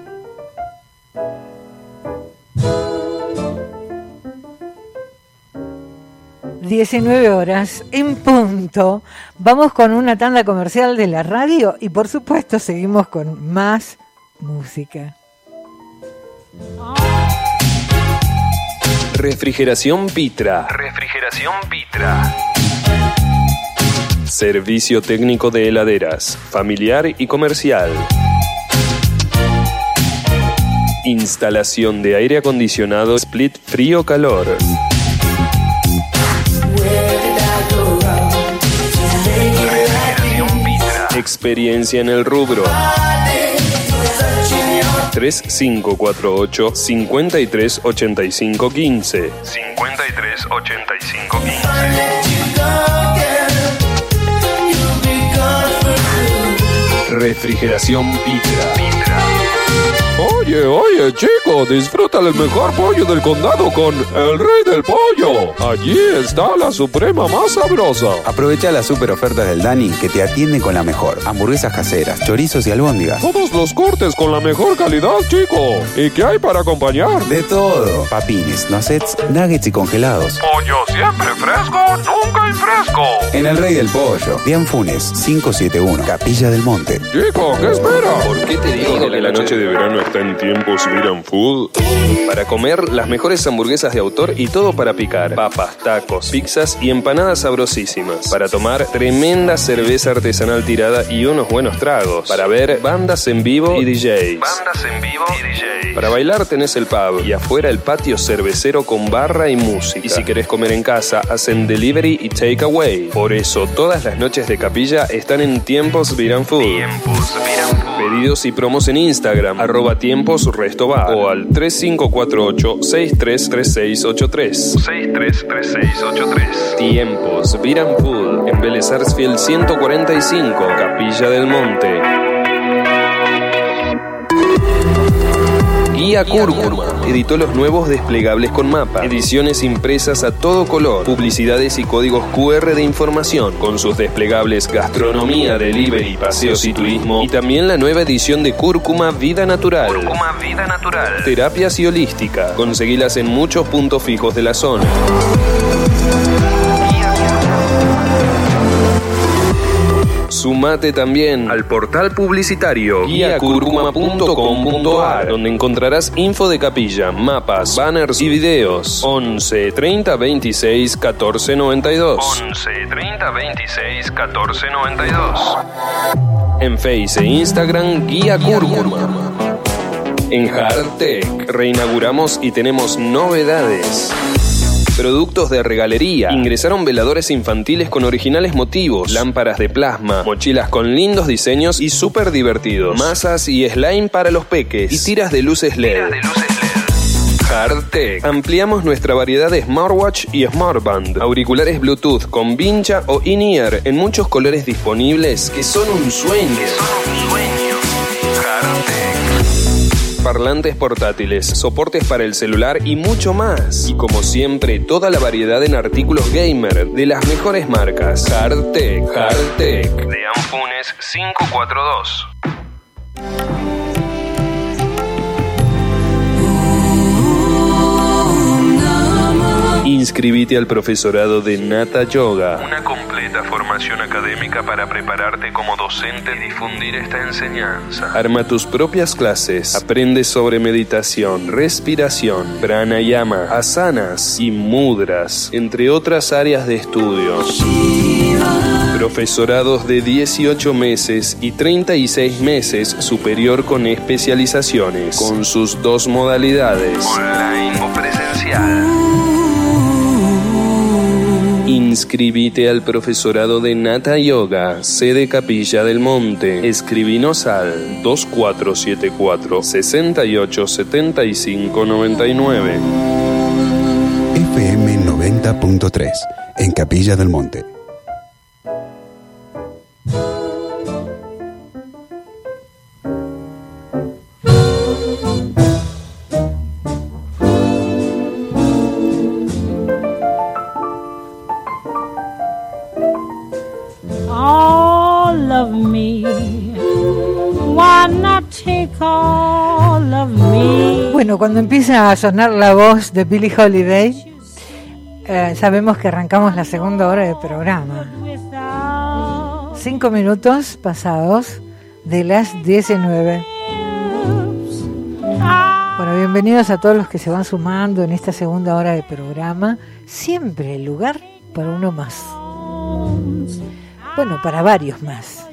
Speaker 2: diecinueve horas en punto. Vamos con una tanda comercial de la radio y por supuesto seguimos con más música.
Speaker 7: Refrigeración Pitra. Refrigeración Pitra. Servicio técnico de heladeras, familiar y comercial. Instalación de aire acondicionado split frío-calor. Experiencia en el rubro. tres cinco cuatro ocho, cinco tres ocho cinco uno cinco. cinco tres ocho cinco uno cinco. Refrigeración Pitra. Oye, oye, chico, disfruta el mejor pollo del condado con el Rey del Pollo. Allí está la suprema más sabrosa.
Speaker 5: Aprovecha las super ofertas del Dani que te atiende con la mejor. Hamburguesas caseras, chorizos y albóndigas.
Speaker 7: Todos los cortes con la mejor calidad, chico. ¿Y qué hay para acompañar?
Speaker 5: De todo. Papines, nuggets, nuggets y congelados.
Speaker 7: Pollo siempre fresco, nunca infresco.
Speaker 5: En el Rey del Pollo, Dian Funes, quinientos setenta y uno, Capilla del Monte.
Speaker 7: Chico, ¿qué espera? ¿Por qué te digo que la noche de verano está en tiempos Viran Food? Para comer las mejores hamburguesas de autor y todo para picar. Papas, tacos, pizzas y empanadas sabrosísimas. Para tomar tremenda cerveza artesanal tirada y unos buenos tragos. Para ver bandas en vivo y D Js. Bandas en vivo y D Js. Para bailar tenés el pub y afuera el patio cervecero con barra y música. Y si querés comer en casa, hacen delivery y takeaway. Por eso todas las noches de Capilla están en tiempos Viran Food. Tiempos Viran Food. Pedidos y promos en Instagram, arroba tiempos resto bar, o al tres cinco cuatro ocho, seis tres tres seis ocho tres. seis tres tres seis ocho tres. Tiempos Viran Food, en Vélez Sarsfield ciento cuarenta y cinco, Capilla del Monte. Guía Cúrcuma editó los nuevos desplegables con mapa, ediciones impresas a todo color, publicidades y códigos Q R de información, con sus desplegables gastronomía, delivery, paseos y turismo, y también la nueva edición de Cúrcuma Vida Natural. Cúrcuma Vida Natural. Terapias y holística. Conseguilas en muchos puntos fijos de la zona. Sumate también al portal publicitario guía curcuma punto com punto a r, donde encontrarás info de Capilla, mapas, banners y videos. once treinta veintiséis catorce noventa y dos. once treinta veintiséis catorce noventa y dos. En Face e Instagram, Guía Cúrcuma. En Hardtech reinauguramos y tenemos novedades. Productos de regalería. Ingresaron veladores infantiles con originales motivos, lámparas de plasma, mochilas con lindos diseños y súper divertidos, masas y slime para los peques y tiras de luces L E D. Tiras de luces L E D. Hardtech. Ampliamos nuestra variedad de smartwatch y smartband, auriculares Bluetooth con vincha o in-ear en muchos colores disponibles que son un sueño. Que son un sueño. Hardtech. Parlantes portátiles, soportes para el celular y mucho más. Y como siempre, toda la variedad en artículos gamer de las mejores marcas. Hardtech, Hardtech. De Anfunes quinientos cuarenta y dos. Inscribite al profesorado de Nata Yoga, una completa formación académica para prepararte como docente y difundir esta enseñanza. Arma tus propias clases, aprende sobre meditación, respiración, pranayama, asanas y mudras, entre otras áreas de estudio. Profesorados de dieciocho meses y treinta y seis meses superior con especializaciones, con sus dos modalidades, online o presencial. Inscribite al profesorado de Nata Yoga, sede Capilla del Monte. Escribinos al dos cuatro siete cuatro, seis ocho siete cinco nueve nueve.
Speaker 5: F M noventa punto tres, en Capilla del Monte.
Speaker 8: Why
Speaker 2: Bueno, cuando empieza a sonar la voz de Billie Holiday, eh, sabemos que arrancamos la segunda hora del programa. Cinco minutos pasados de las diecinueve. Bueno, bienvenidos a todos los que se van sumando en esta segunda hora del programa. Siempre el lugar para uno más. Bueno, para varios más.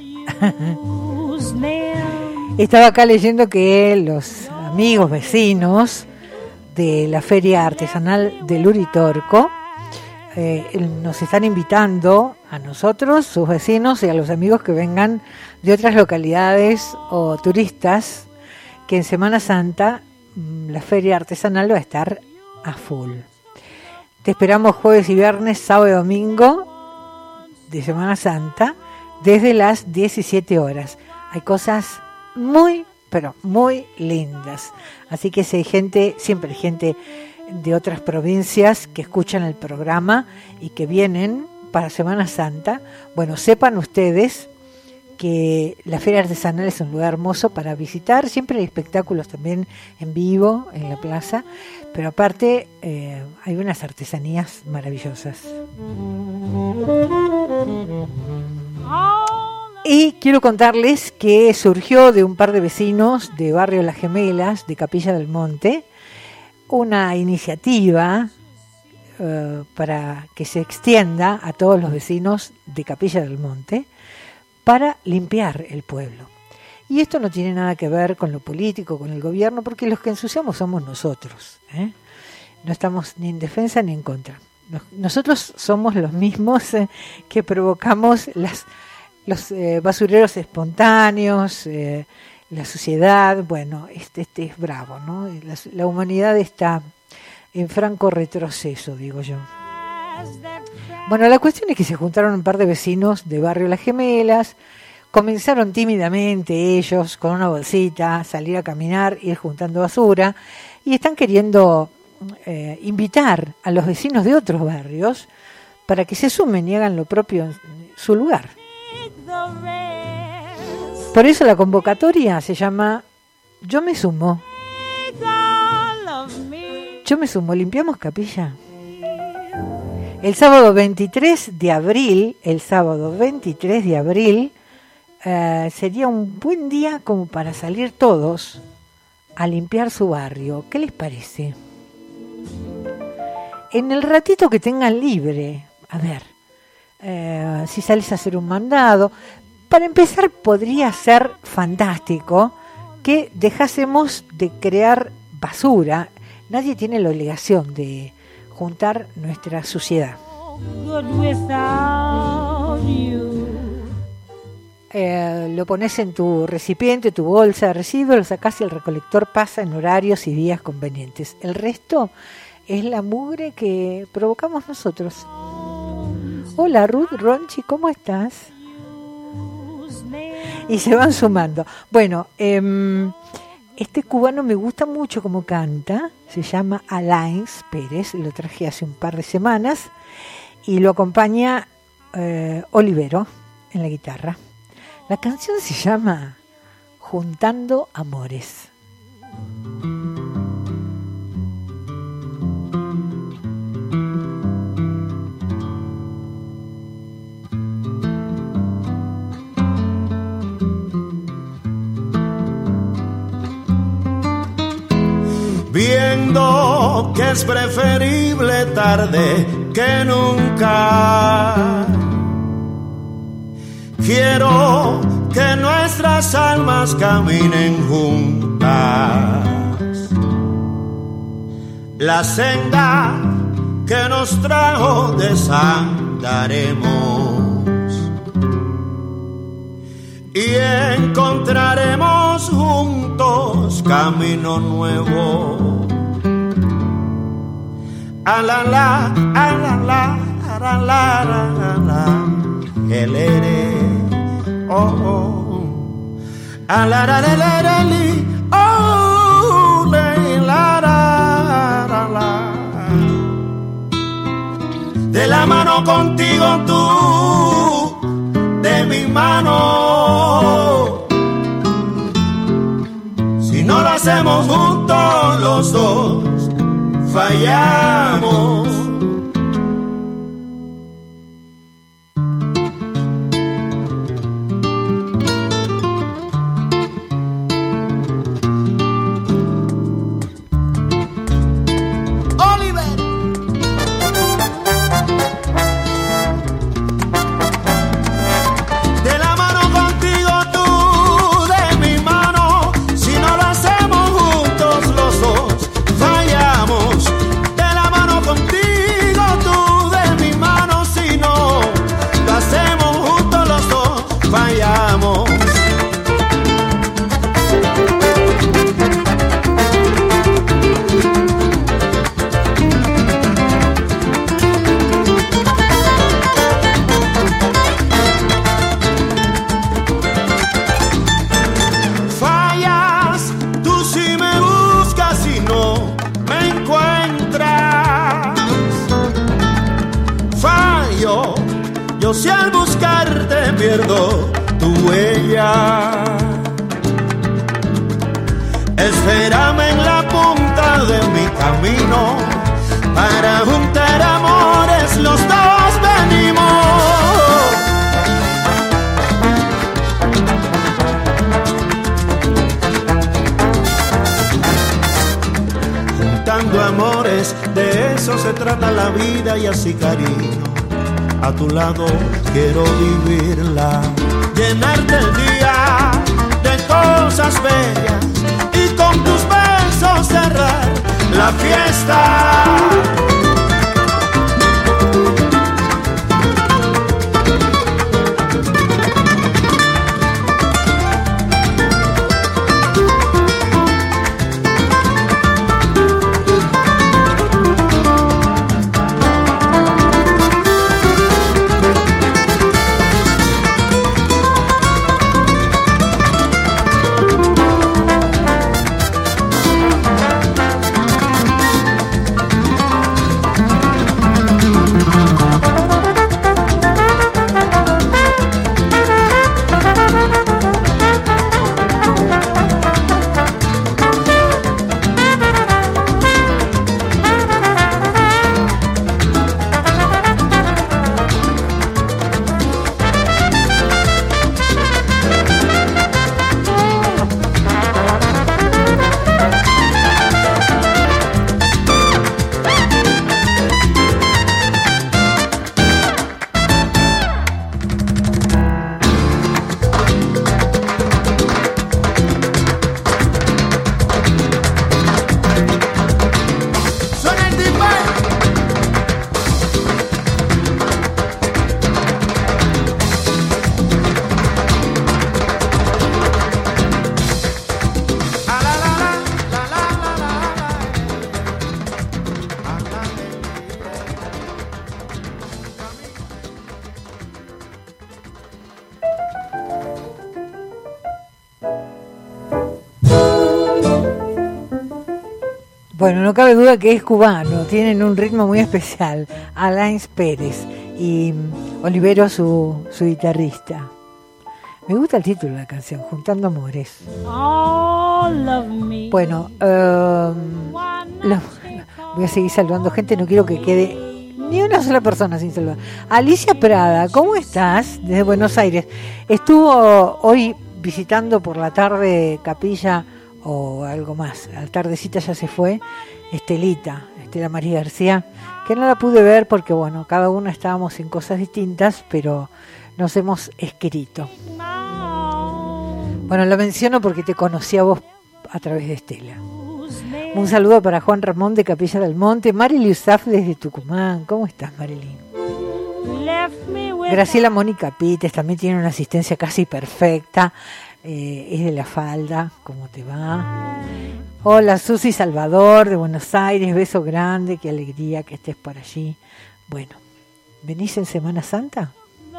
Speaker 2: Estaba acá leyendo que los amigos, vecinos de la Feria Artesanal del Uritorco eh, nos están invitando a nosotros, sus vecinos y a los amigos que vengan de otras localidades o turistas, que en Semana Santa la Feria Artesanal va a estar a full. Te esperamos jueves y viernes, sábado y domingo de Semana Santa desde las diecisiete horas. Hay cosas muy, pero muy lindas. Así que si hay gente, siempre hay gente de otras provincias que escuchan el programa y que vienen para Semana Santa, bueno, sepan ustedes que la Feria Artesanal es un lugar hermoso para visitar. Siempre hay espectáculos también en vivo en la plaza, pero aparte eh, hay unas artesanías maravillosas. Y quiero contarles que surgió de un par de vecinos de Barrio Las Gemelas, de Capilla del Monte, una iniciativa uh, para que se extienda a todos los vecinos de Capilla del Monte para limpiar el pueblo. Y esto no tiene nada que ver con lo político, con el gobierno, porque los que ensuciamos somos nosotros, ¿eh? No estamos ni en defensa ni en contra. Nosotros somos los mismos eh, que provocamos las los eh, basureros espontáneos, eh, la sociedad. Bueno, este, este es bravo, ¿no? La, la humanidad está en franco retroceso, digo yo. Bueno, la cuestión es que se juntaron un par de vecinos de Barrio Las Gemelas, comenzaron tímidamente ellos con una bolsita, salir a caminar, ir juntando basura, y están queriendo eh, invitar a los vecinos de otros barrios para que se sumen y hagan lo propio en su lugar. Por eso la convocatoria se llama Yo me sumo. Yo me sumo, limpiamos capilla. El sábado veintitrés de abril, el sábado veintitrés de abril, eh, sería un buen día como para salir todos a limpiar su barrio. ¿Qué les parece? En el ratito que tengan libre, a ver, Eh, si sales a hacer un mandado, para empezar podría ser fantástico que dejásemos de crear basura. Nadie tiene la obligación de juntar nuestra suciedad. Eh, lo pones en tu recipiente, tu bolsa de residuos, lo sacás y el recolector pasa en horarios y días convenientes. El resto es la mugre que provocamos nosotros. Hola Ruth, Ronchi, ¿cómo estás? Y se van sumando. Bueno, eh, este cubano me gusta mucho como canta, se llama Alain Pérez, lo traje hace un par de semanas, y lo acompaña eh, Olivero en la guitarra. La canción se llama Juntando Amores.
Speaker 1: Viendo que es preferible tarde que nunca, quiero que nuestras almas caminen juntas. La senda que nos trajo desandaremos y encontraremos juntos camino nuevo. A la la, a la la, a la la, la la, el ere, oh oh, a la la la la la, oh la la la la, de la mano contigo tú, de mi mano. hacemos juntos los dos, fallamos. Si al buscarte pierdo tu huella, espérame en la punta de mi camino, para juntar amores los dos venimos. Juntando amores, de eso se trata la vida y así cariño. A tu lado quiero vivirla, llenarte el día de cosas bellas y con tus besos cerrar la fiesta.
Speaker 2: Bueno, no cabe duda que es cubano, tienen un ritmo muy especial. Alain Pérez y Olivero, su, su guitarrista. Me gusta el título de la canción, Juntando Amores. Bueno, um, lo, voy a seguir saludando gente, no quiero que quede ni una sola persona sin saludar. Alicia Prada, ¿cómo estás? Desde Buenos Aires. Estuvo hoy visitando por la tarde Capilla o algo más, a la tardecita ya se fue Estelita, Estela María García, que no la pude ver porque bueno, cada uno estábamos en cosas distintas, pero nos hemos escrito. Bueno, lo menciono porque te conocí a vos a través de Estela. Un saludo para Juan Ramón de Capilla del Monte, Marily Usaf desde Tucumán. ¿Cómo estás, Marily? Graciela Mónica Pites también tiene una asistencia casi perfecta. Eh, es de La Falda, ¿cómo te va? Hola, Susi Salvador de Buenos Aires, beso grande, qué alegría que estés por allí. Bueno, ¿venís en Semana Santa?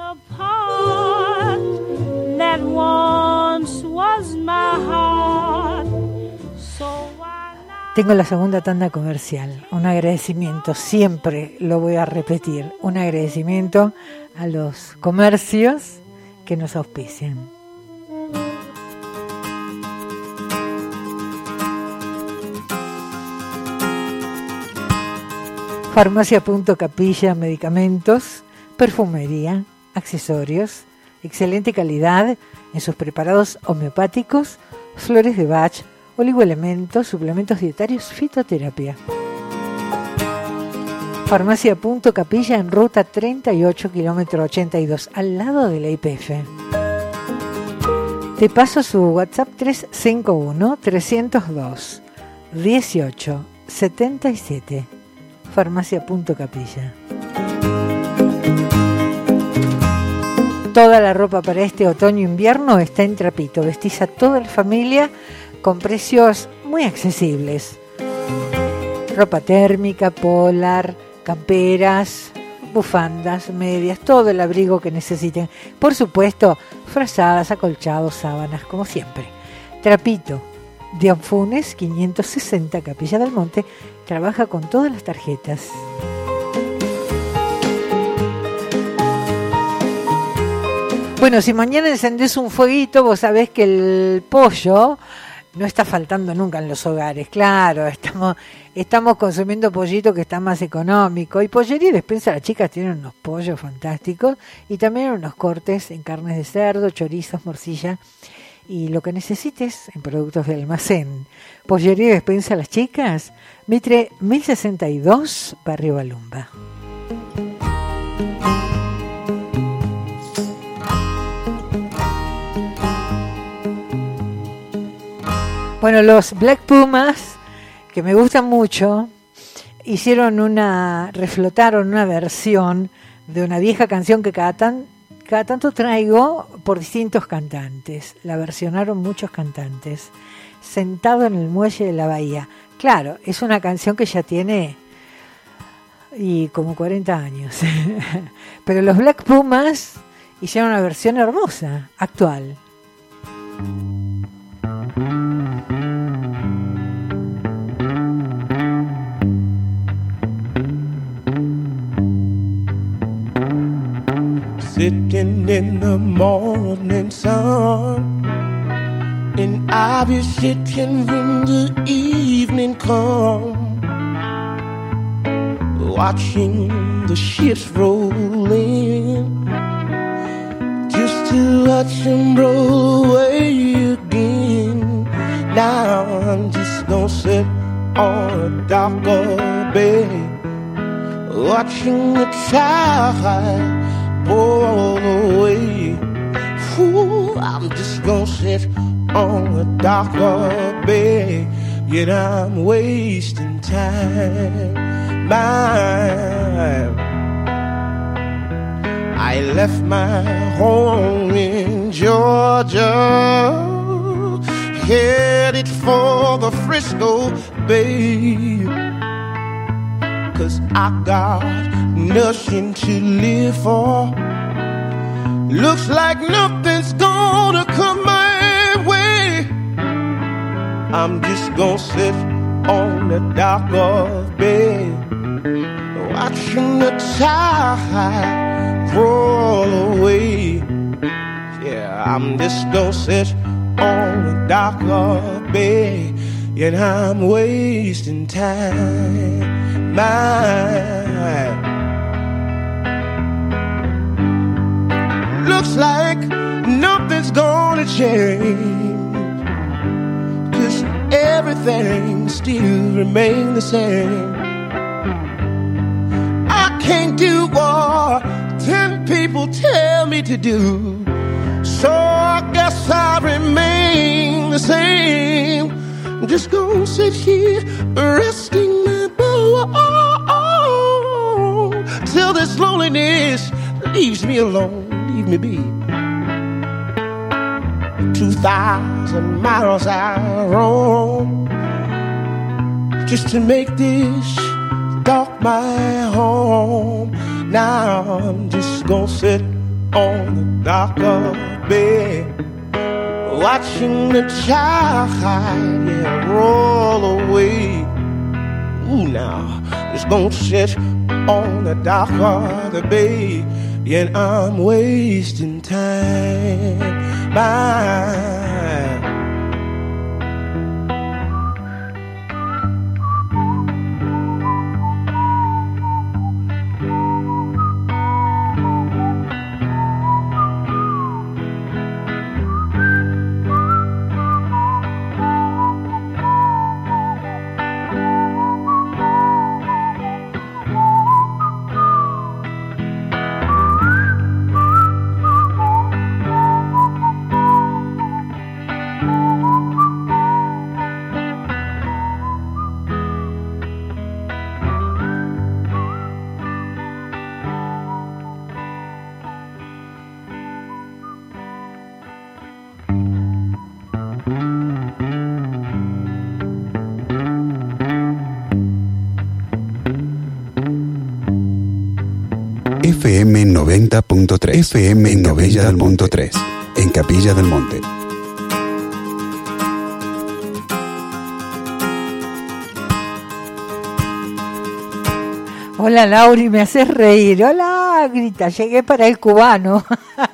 Speaker 2: Tengo la segunda tanda comercial, un agradecimiento, siempre lo voy a repetir, un agradecimiento a los comercios que nos auspician. Farmacia Punto Capilla, medicamentos, perfumería, accesorios, excelente calidad en sus preparados homeopáticos, flores de Bach, oligoelementos, suplementos dietarios, fitoterapia. Farmacia Punto Capilla en ruta treinta y ocho, kilómetro ochenta y dos, al lado de la I P F. Te paso su WhatsApp tres cinco uno, tres cero dos, dieciocho setenta y siete. Farmacia Punto Capilla. Toda la ropa para este otoño-invierno está en Trapito. Vestís a toda la familia con precios muy accesibles. Ropa térmica, polar, camperas, bufandas, medias, todo el abrigo que necesiten. Por supuesto, frazadas, acolchados, sábanas, como siempre. Trapito, de Anfunes, quinientos sesenta, Capilla del Monte. Trabaja con todas las tarjetas. Bueno, si mañana encendés un fueguito, vos sabés que el pollo no está faltando nunca en los hogares. Claro, estamos estamos consumiendo pollito que está más económico. Y Pollería y Despensa, las chicas tienen unos pollos fantásticos y también unos cortes en carnes de cerdo, chorizos, morcilla y lo que necesites en productos de almacén. Pollería y Despensa, las chicas, Mitre mil sesenta y dos, Barrio Balumba. Bueno, los Black Pumas, que me gustan mucho, hicieron una, reflotaron una versión de una vieja canción que cada, tan, cada tanto traigo por distintos cantantes. La versionaron muchos cantantes. Sentado en el muelle de la bahía. Claro, es una canción que ya tiene y como cuarenta años. Pero los Black Pumas hicieron una versión hermosa, actual.
Speaker 1: Sitting in the morning sun, and I'll be sitting when the evening comes, watching the ships roll in, just to watch them roll away again. Now I'm just gonna sit on a dock or bay, watching the tide roll away. Ooh, I'm just gonna sit on a dock or bay, yet I'm wasting time. My, I left my home in Georgia, headed for the Frisco Bay, 'cause I got nothing to live for. Looks like nothing's gonna come my way. I'm just gonna sit on the dock of bay, watching the tide roll away. Yeah, I'm just gonna sit on the dock of bay, and I'm wasting time. My, looks like nothing's gonna change, 'cause everything still remains the same. I can't do what ten people tell me to do, so I guess I remain the same. I'm just gonna sit here resting my bow till this loneliness leaves me alone. Leave me be. Two thousand miles I roam just to make this dock my home. Now I'm just gonna sit on the dock of bay, watching the tide, yeah, roll away. Ooh, now just gonna sit on the dock of the bay, yet I'm wasting time. My,
Speaker 5: F M noventa punto tres. F M noventa punto tres. En Capilla del Monte.
Speaker 2: Hola Lauri, me haces reír. Hola, grita, llegué para el cubano.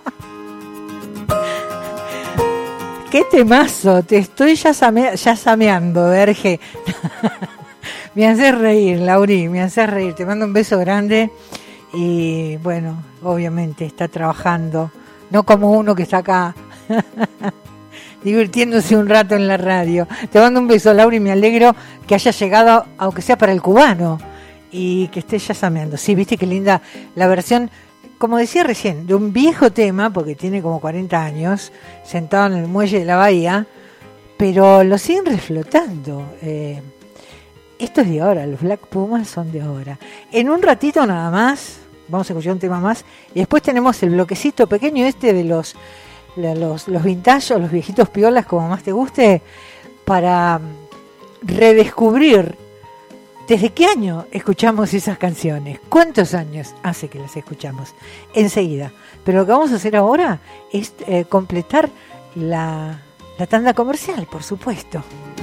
Speaker 2: Qué temazo, te estoy ya, same, ya sameando, Verge. Me haces reír, Lauri, me haces reír. Te mando un beso grande. Y bueno, obviamente está trabajando, no como uno que está acá divirtiéndose un rato en la radio. Te mando un beso, Laura, y me alegro que haya llegado, aunque sea para el cubano, y que esté ya sameando. Sí, viste qué linda la versión, como decía recién, de un viejo tema, porque tiene como cuarenta años, sentado en el muelle de la bahía, pero lo siguen reflotando. Eh, Esto es de ahora, los Black Pumas son de ahora. En un ratito nada más, vamos a escuchar un tema más, y después tenemos el bloquecito pequeño este de los, los, los vintage o los viejitos piolas, como más te guste, para redescubrir desde qué año escuchamos esas canciones, cuántos años hace que las escuchamos, enseguida. Pero lo que vamos a hacer ahora es eh, completar la, la tanda comercial, por supuesto.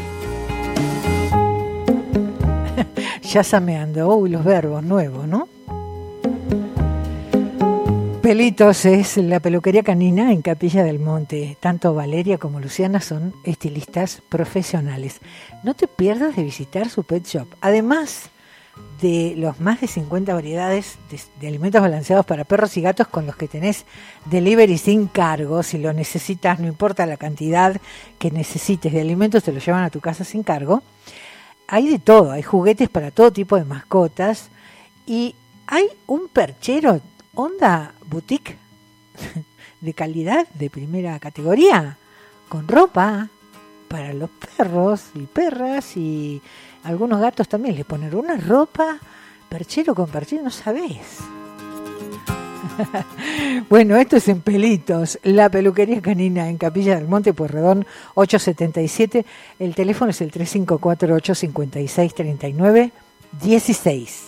Speaker 2: Ya sameando, uy, los verbos nuevos, ¿no? Pelitos es la peluquería canina en Capilla del Monte. Tanto Valeria como Luciana son estilistas profesionales. No te pierdas de visitar su pet shop. Además de los más de cincuenta variedades de, de alimentos balanceados para perros y gatos con los que tenés delivery sin cargo. Si lo necesitas, no importa la cantidad que necesites de alimentos, te lo llevan a tu casa sin cargo. Hay de todo, hay juguetes para todo tipo de mascotas y hay un perchero onda boutique de calidad de primera categoría con ropa para los perros y perras y algunos gatos también. Les ponen una ropa, perchero con perchero, no sabés. Bueno, esto es en Pelitos, la peluquería canina en Capilla del Monte, Pueyrredón ochocientos setenta y siete. El teléfono es el tres cinco cuatro, ocho cinco seis, tres nueve uno seis.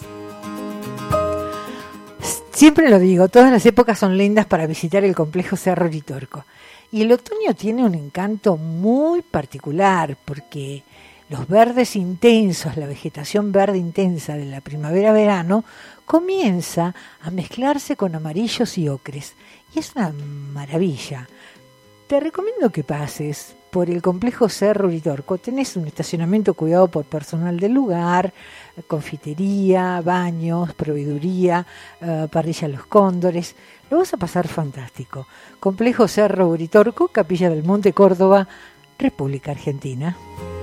Speaker 2: Siempre lo digo, todas las épocas son lindas para visitar el complejo Cerro Uritorco. Y el otoño tiene un encanto muy particular porque los verdes intensos, la vegetación verde intensa de la primavera-verano, comienza a mezclarse con amarillos y ocres. Y es una maravilla. Te recomiendo que pases por el complejo Cerro Uritorco. Tenés un estacionamiento cuidado por personal del lugar, confitería, baños, proveeduría, uh, parrilla Los Cóndores. Lo vas a pasar fantástico. Complejo Cerro Uritorco, Capilla del Monte, Córdoba, República Argentina.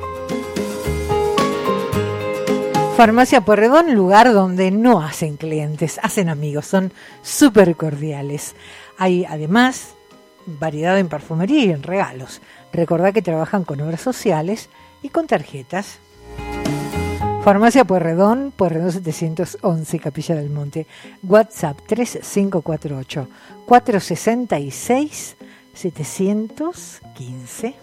Speaker 2: Farmacia Pueyrredón, lugar donde no hacen clientes, hacen amigos, son súper cordiales. Hay además variedad en perfumería y en regalos. Recordá que trabajan con obras sociales y con tarjetas. Farmacia Pueyrredón, Pueyrredón setecientos once, Capilla del Monte. WhatsApp tres cinco cuatro ocho, cuatro seis seis, siete uno cinco.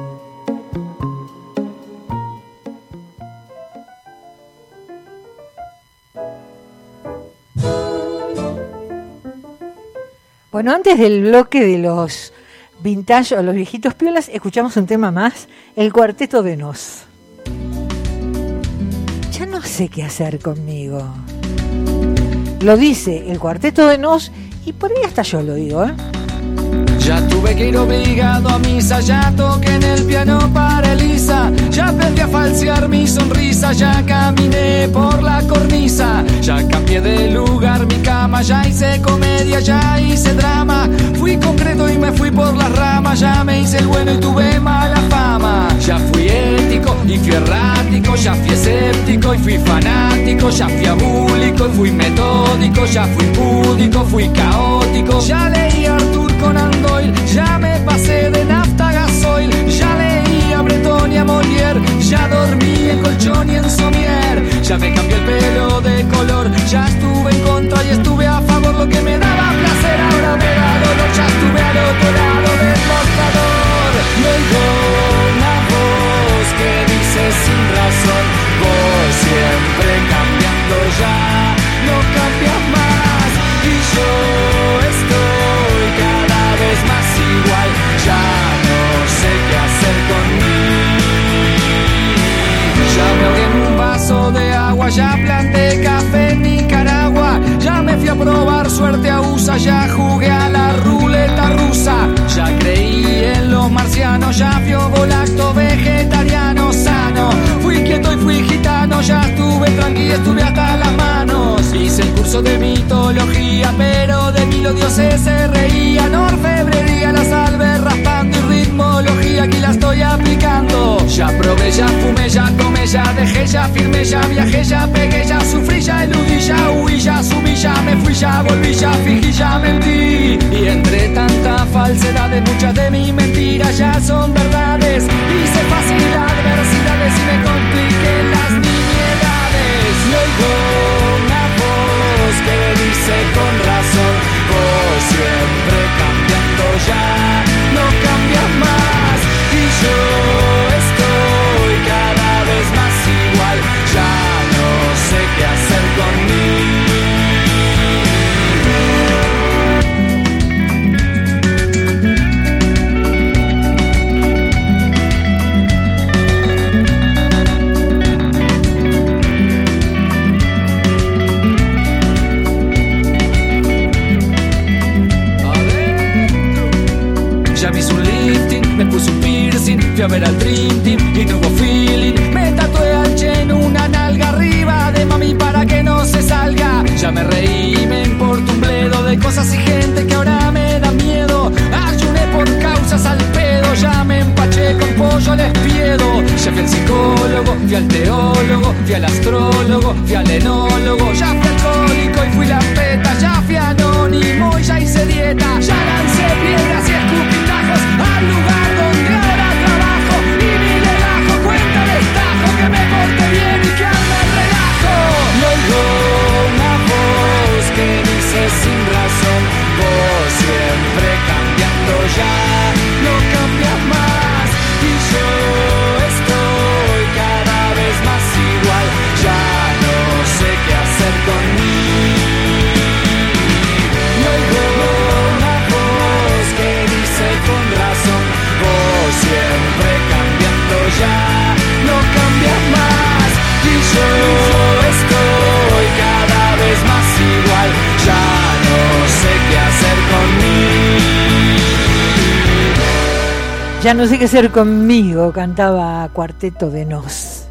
Speaker 2: Bueno, antes del bloque de los vintage o los viejitos piolas, escuchamos un tema más, el Cuarteto de Nos. Ya no sé qué hacer conmigo. Lo dice el Cuarteto de Nos y por ahí hasta yo lo digo, ¿eh?
Speaker 8: Ya tuve que ir obligado a misa, ya toqué en el piano para Elisa, ya aprendí a falsear mi sonrisa, ya caminé por la cornisa, ya cambié de lugar mi cama, ya hice comedia, ya hice drama, fui concreto y me fui por las ramas, ya me hice el bueno y tuve mala fama, ya fui ético y fui errático, ya fui escéptico y fui fanático, ya fui abúlico y fui metódico, ya fui púdico, fui caótico, ya leí a Arthur Conan Doyle, ya me pasé de nafta a gasoil, ya leí a Breton y a Molière, ya dormí en colchón y en somier, ya me cambié el pelo de color, ya estuve en contra y estuve a favor, lo que me daba placer ahora me da dolor, ya estuve al otro lado del mostrador, ya firmé, ya viajé, ya pegué, ya sufrí, ya eludí, ya huí, ya subí, ya me fui, ya volví, ya fingí, ya mentí. Y entre tanta falsedades, muchas de mis mentiras ya son verdades. Hice fácil adversidades y me compliqué las nimiedades. Y oigo una voz que dice con razón, vos siempre cambiando ya, no cambias más. Y yo estoy cada vez más igual, ya no sé qué hacer conmigo. Ya me hice un lifting, me puse un piercing, fui a ver al Dream Team y no hubo feeling. Me tatué al Chen una nalga arriba de mami para que no se salga. Ya me reí, me importa un bledo de cosas y gente que ahora me da miedo. Ayuné por causas al pedo, ya me empaché con pollo les piedo. Ya fui al psicólogo, fui al teólogo, fui al astrólogo, fui al enólogo. Ya fui alcohólico y fui la peta, ya fui anónimo y ya hice dieta. Ya lancé piedras y escupitajos al lugar donde ahora trabajo. Y mi legajo cuenta el estajo que me porte bien y que ande en relajo. Y oigo una voz que dice sin razón, vos siempre cambiando ya, no cambias más. Y yo estoy cada vez más igual, ya no sé qué hacer conmigo. Y oigo una voz que dice con razón, vos siempre cambiando ya, no cambias más. Y yo estoy cada vez más igual, ya no sé qué hacer conmigo.
Speaker 2: Ya no sé qué hacer conmigo, cantaba Cuarteto de Nos.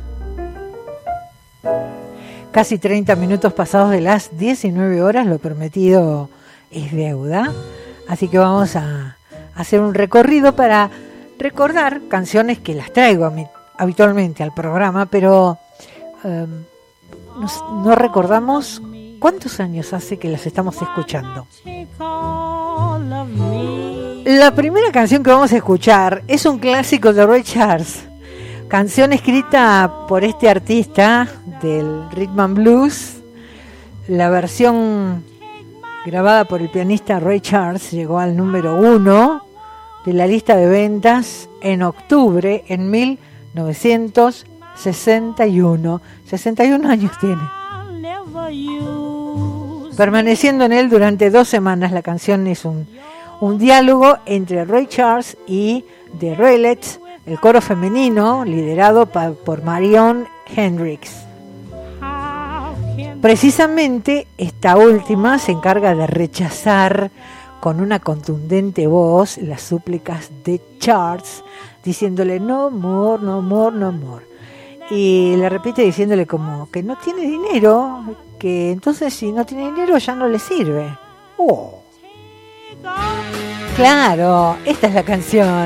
Speaker 2: Casi treinta minutos pasados de las diecinueve horas, lo prometido es deuda. Así que vamos a hacer un recorrido para recordar canciones que las traigo a mi, habitualmente al programa, pero eh, no, no recordamos cuántos años hace que las estamos escuchando. La primera canción que vamos a escuchar es un clásico de Ray Charles, canción escrita por este artista del Rhythm and Blues. La versión grabada por el pianista Ray Charles llegó al número uno de la lista de ventas en octubre en mil novecientos sesenta y uno. sesenta y uno años tiene. Permaneciendo en él durante dos semanas, la canción es un, un diálogo entre Ray Charles y The Raelettes, el coro femenino liderado pa, por Marion Hendricks. Precisamente esta última se encarga de rechazar con una contundente voz las súplicas de Charles, diciéndole no more, no more, no more. Y le repite diciéndole como que no tiene dinero, que entonces si no tiene dinero ya no le sirve. Oh. Claro, esta es la canción.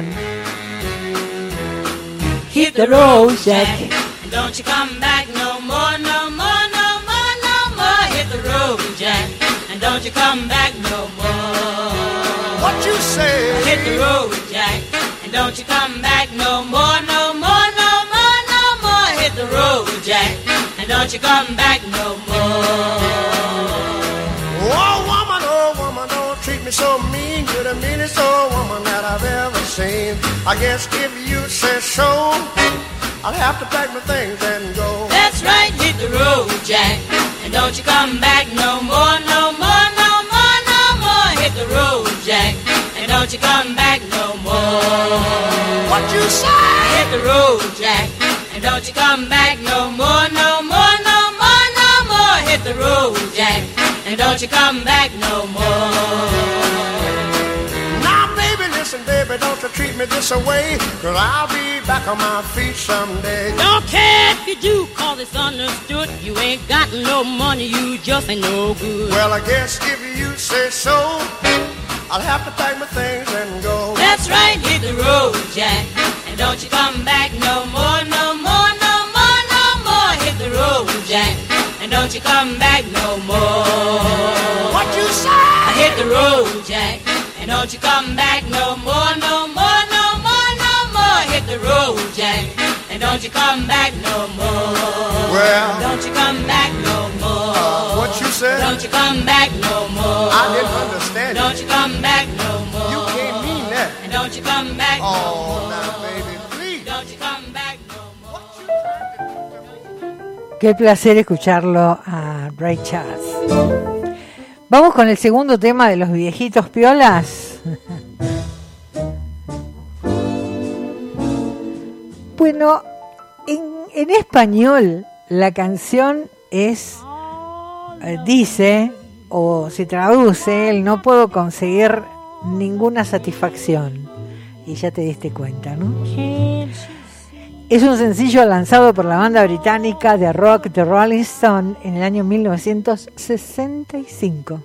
Speaker 2: Hit the road, Jack.
Speaker 9: Don't you come back no more, no more, no more, no more. Hit the road, Jack. And don't you come back no more.
Speaker 3: What you say?
Speaker 9: Hit the road, Jack. And don't you come back no more, no more, no more, no more. Hit the road, Jack. And don't you come back no more.
Speaker 3: Oh, woman, oh, woman, don't treat me so mean. You're the meanest old woman that I've ever seen. I guess if you say so, I'll have to pack my things and go.
Speaker 9: That's right, hit the road, Jack. And don't you come back no more, no more, no more, no more. Hit the road, Jack. And don't you come back no more.
Speaker 3: What you say?
Speaker 9: Hit the road, Jack. And don't you come back no more, no more, no more, no more. Hit the road, Jack. And don't you come back no more.
Speaker 3: Now, baby, listen, baby, don't you treat me this away, 'cause I'll be back on my feet someday.
Speaker 9: Don't care if you do, 'cause it's understood. You ain't got no money, you just ain't no good.
Speaker 3: Well, I guess if you say so, I'll have to pack my things and go.
Speaker 9: That's right, hit the road, Jack. And don't you come back no more, no more, no more, no more. Hit don't you come back no more. What you say? I hit the road, Jack, and don't you come back no more, no more, no more, no more. Hit the road, Jack, and don't you come back no more.
Speaker 10: Well,
Speaker 9: don't you come back no more.
Speaker 10: Uh, what you said?
Speaker 9: Don't you come back no more.
Speaker 10: I didn't understand.
Speaker 9: Don't you come back no more.
Speaker 10: You can't mean that.
Speaker 9: And don't you come back
Speaker 10: oh,
Speaker 9: no more.
Speaker 10: Now, baby, please.
Speaker 9: Don't you come back no more.
Speaker 2: Qué placer escucharlo a Ray Charles. Vamos con el segundo tema de los viejitos piolas. Bueno, en, en español la canción es, eh, dice, o se traduce, el no puedo conseguir ninguna satisfacción. Y ya te diste cuenta, ¿no? Es un sencillo lanzado por la banda británica de rock The Rolling Stones en el año mil novecientos sesenta y cinco.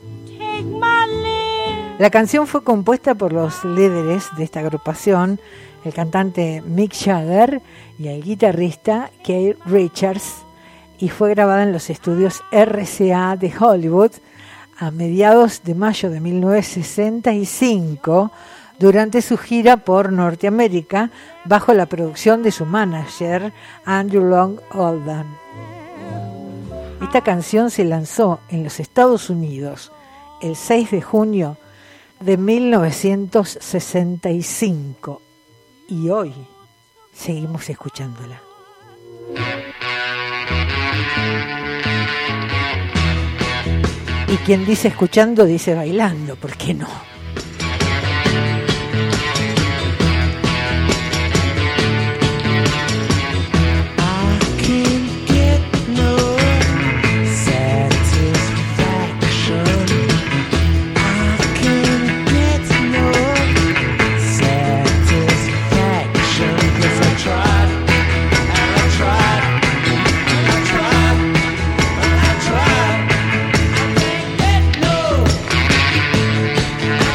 Speaker 2: La canción fue compuesta por los líderes de esta agrupación, el cantante Mick Jagger y el guitarrista Keith Richards, y fue grabada en los estudios R C A de Hollywood a mediados de mayo de mil novecientos sesenta y cinco, durante su gira por Norteamérica, bajo la producción de su manager, Andrew Long Oldham. Esta canción se lanzó en los Estados Unidos el seis de junio de mil novecientos sesenta y cinco y hoy seguimos escuchándola. Y quien dice escuchando dice bailando, ¿por qué no?
Speaker 3: Tried,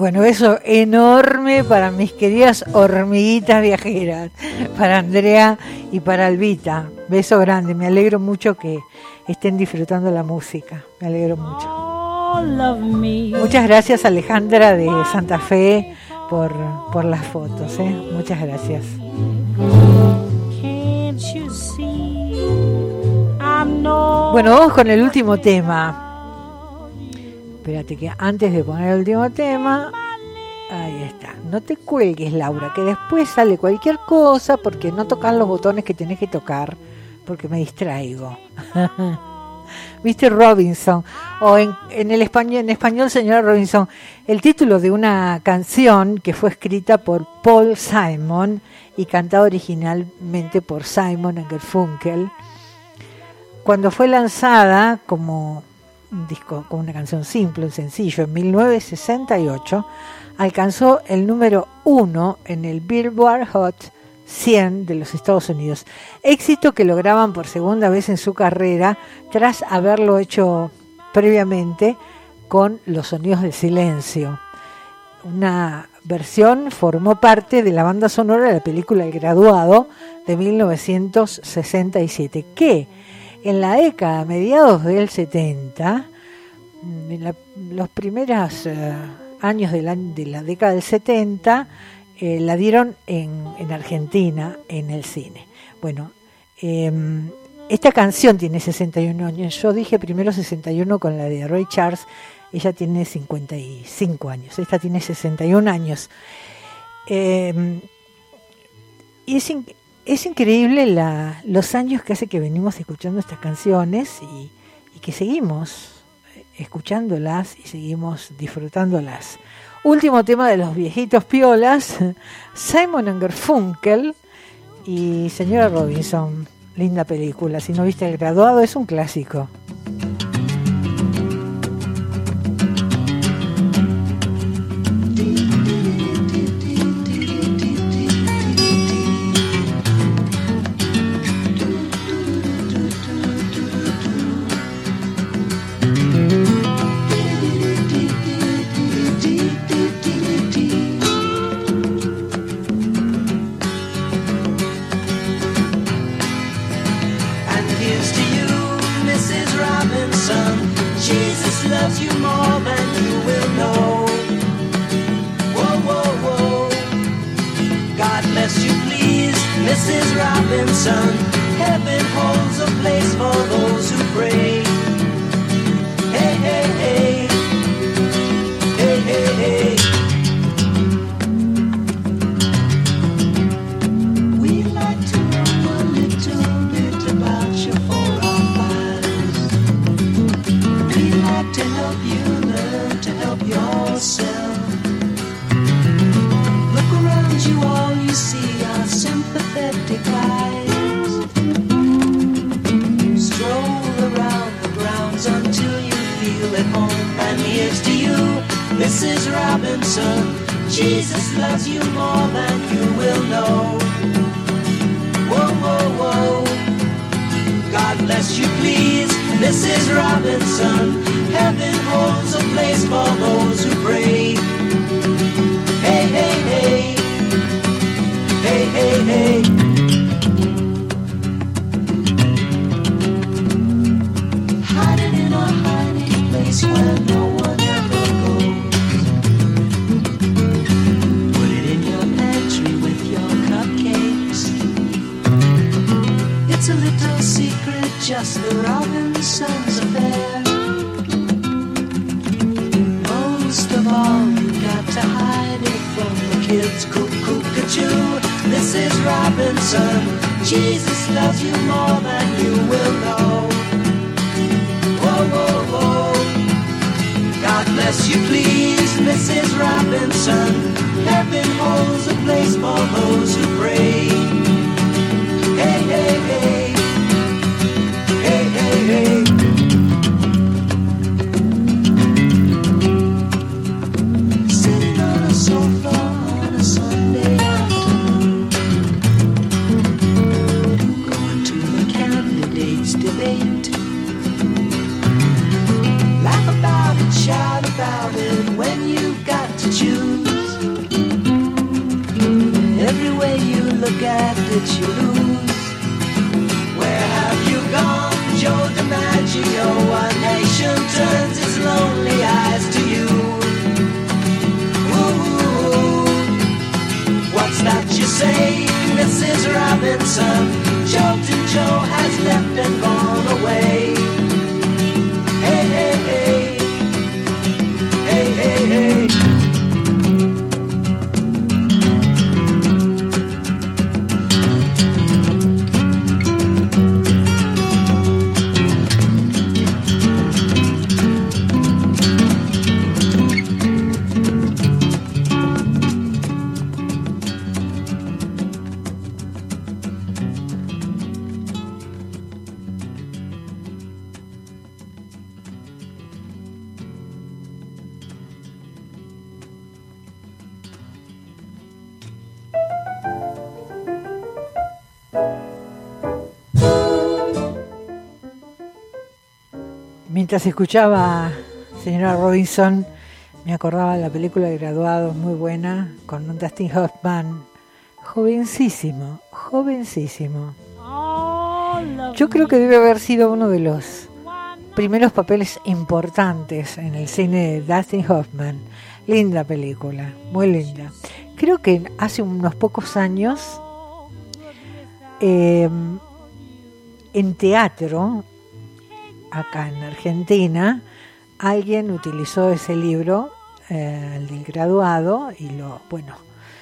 Speaker 2: Bueno, beso enorme para mis queridas hormiguitas viajeras, para Andrea y para Albita. Beso grande, me alegro mucho que estén disfrutando la música, me alegro mucho. Muchas gracias Alejandra de Santa Fe por, por las fotos, ¿eh? Muchas gracias. Bueno, vamos con el último tema. Espérate que antes de poner el último tema, ahí está. No te cuelgues, Laura, que después sale cualquier cosa porque no tocas los botones que tenés que tocar, porque me distraigo. mister Robinson, o en, en el español, en español, señora Robinson, el título de una canción que fue escrita por Paul Simon y cantada originalmente por Simon and Garfunkel. Cuando fue lanzada como un disco, como una canción simple, un sencillo, en mil novecientos sesenta y ocho, alcanzó el número uno en el Billboard Hot cien de los Estados Unidos. Éxito que lograban por segunda vez en su carrera, tras haberlo hecho previamente con Los Sonidos del Silencio. Una versión formó parte de la banda sonora de la película El Graduado de mil novecientos sesenta y siete, que en la década, a mediados del setenta, en la, los primeros uh, años de la, de la década del setenta, eh, la dieron en, en Argentina, en el cine. Bueno, eh, esta canción tiene sesenta y uno años. Yo dije primero sesenta y uno con la de Ray Charles. Ella tiene cincuenta y cinco años. Esta tiene sesenta y un años. Eh, y es increíble. Es increíble la, los años que hace que venimos escuchando estas canciones y, y que seguimos escuchándolas y seguimos disfrutándolas. Último tema de los viejitos piolas, Simon and Garfunkel y señora Robinson. Linda película, si no viste El Graduado, es un clásico.
Speaker 3: Shout about it when you've got to choose. did she lose? Where have you gone, Joe DiMaggio? Our nation turns its lonely eyes to you. Ooh, what's that you say, Missus Robinson? Joltin' Joe has left and gone away. Hey, hey, hey. Hey, hey, hey.
Speaker 2: Mientras escuchaba señora Robinson, me acordaba de la película de Graduados, muy buena, con un Dustin Hoffman, jovencísimo, jovencísimo. Yo creo que debe haber sido uno de los primeros papeles importantes en el cine de Dustin Hoffman. Linda película, muy linda. Creo que hace unos pocos años, eh, en teatro, acá en Argentina, alguien utilizó ese libro, eh, el del Graduado, y lo, bueno,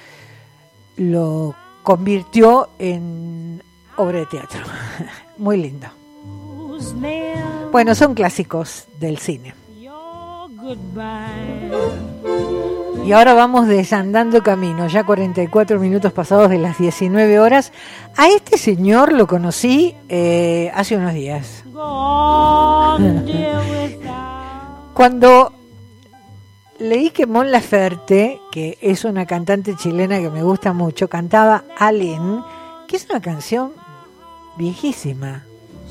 Speaker 2: lo convirtió en obra de teatro. Muy lindo. Bueno, son clásicos del cine. Y ahora vamos desandando camino, ya cuarenta y cuatro minutos pasados de las diecinueve horas. A este señor lo conocí eh, hace unos días. Cuando leí que Mon Laferte, que es una cantante chilena que me gusta mucho, cantaba Alin, que es una canción viejísima.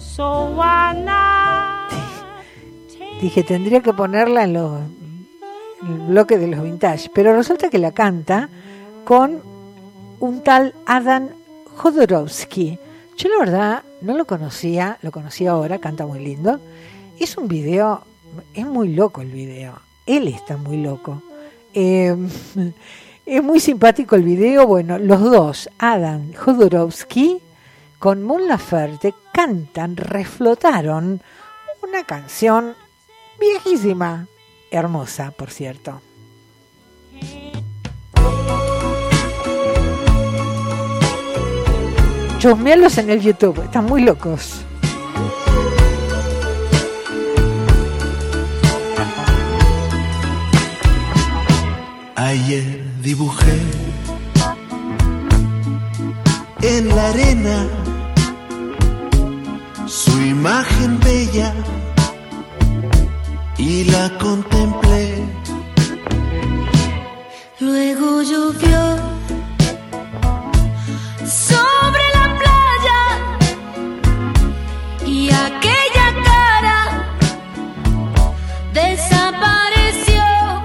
Speaker 2: Dije, tendría que ponerla en, los, en el bloque de los vintage, pero resulta que la canta con un tal Adam Jodorowsky. Yo la verdad no lo conocía, lo conocí ahora, canta muy lindo. Es un video, es muy loco el video, él está muy loco. Eh, es muy simpático el video. Bueno, los dos, Adam Jodorowsky con Mon Laferte, cantan, reflotaron una canción viejísima, hermosa, por cierto. Chusmealos en el YouTube, están muy locos.
Speaker 3: Ayer dibujé en la arena su imagen bella y la contemplé.
Speaker 11: Luego llovió sobre la playa y aquella cara desapareció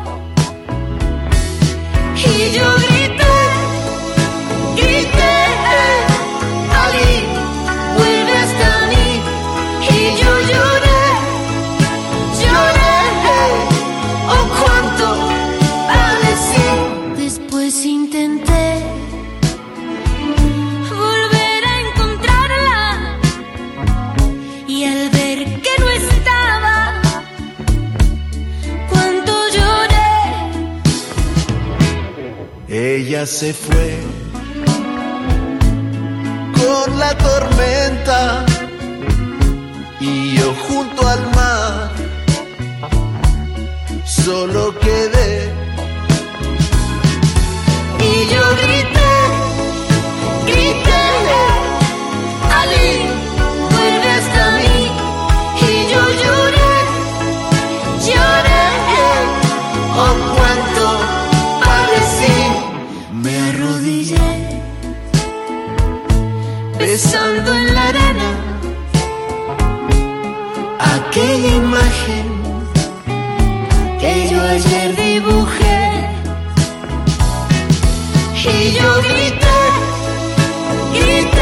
Speaker 11: y yo grité, grité, Ali, vuelve hasta mí y yo lloré, lloré, oh cuánto padecí. Después intenté volver a encontrarla y al ver que no estaba, cuánto lloré.
Speaker 3: Ella se fue con la tormenta y yo junto al mar solo quedé.
Speaker 11: Y yo grité, grité, Ali, vuelve hasta mí. Y yo lloré, lloré, oh cuánto padecí. Me arrodillé, besando en la arena aquella imagen que yo ayer dibujé. Y yo grité, grité.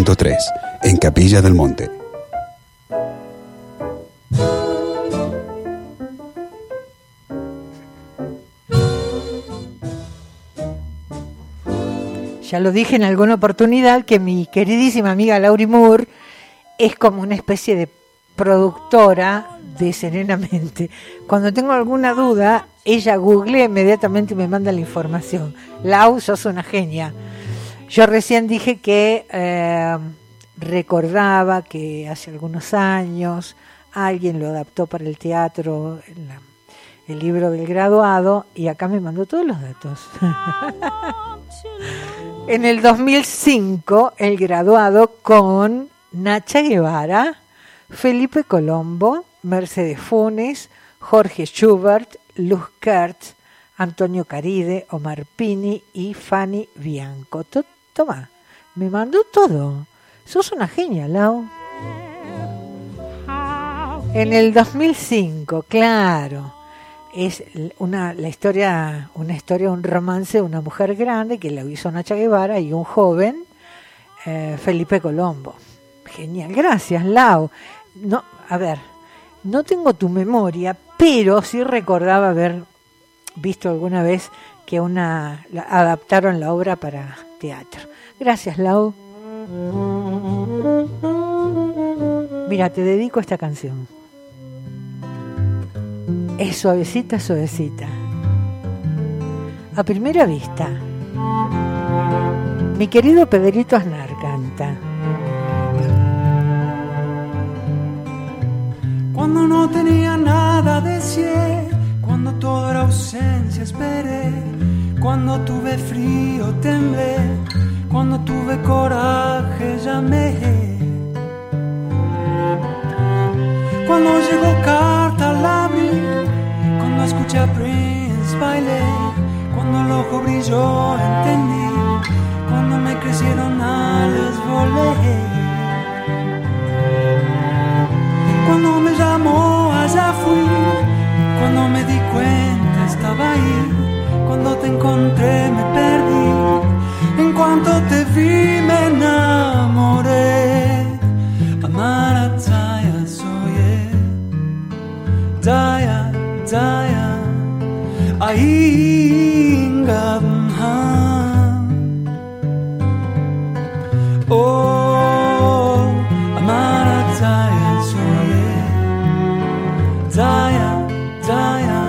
Speaker 5: punto tres, en Capilla del Monte.
Speaker 2: Ya lo dije en alguna oportunidad que mi queridísima amiga Laurie Moore es como una especie de productora de Serenamente. Cuando tengo alguna duda, ella googlea inmediatamente y me manda la información. Lau, sos una genia. Yo recién dije que eh, recordaba que hace algunos años alguien lo adaptó para el teatro, en la, el libro del graduado, y acá me mandó todos los datos. En el dos mil cinco, El graduado con Nacha Guevara, Felipe Colombo, Mercedes Funes, Jorge Schubert, Luz Kurtz, Antonio Caride, Omar Pini y Fanny Bianco. Toma, me mandó todo. Sos una genia, Lau. En el dos mil cinco, claro. Es una la historia, una historia, un romance de una mujer grande que la hizo Nacha Guevara y un joven, eh, Felipe Colombo. Genial, gracias, Lau. No, a ver, no tengo tu memoria, pero sí recordaba haber visto alguna vez que una la, adaptaron la obra para teatro. Gracias, Lau. Mira, te dedico esta canción. Es suavecita, suavecita. A primera vista. Mi querido Pedrito Aznar canta.
Speaker 12: Cuando no tenía nada deseé, cuando todo era ausencia esperé, cuando tuve frío temblé, cuando tuve coraje llamé. Cuando llegó carta la abrí, cuando escuché a Prince bailé, cuando el ojo brilló entendí, cuando me crecieron alas volé. Cuando me llamó allá fui, cuando me di cuenta estaba ahí, cuando te encontré me perdí, en cuanto te vi me enamoré. Amarataya soye, daya, daya, aingadha. Oh, amarataya soye, daya, daya,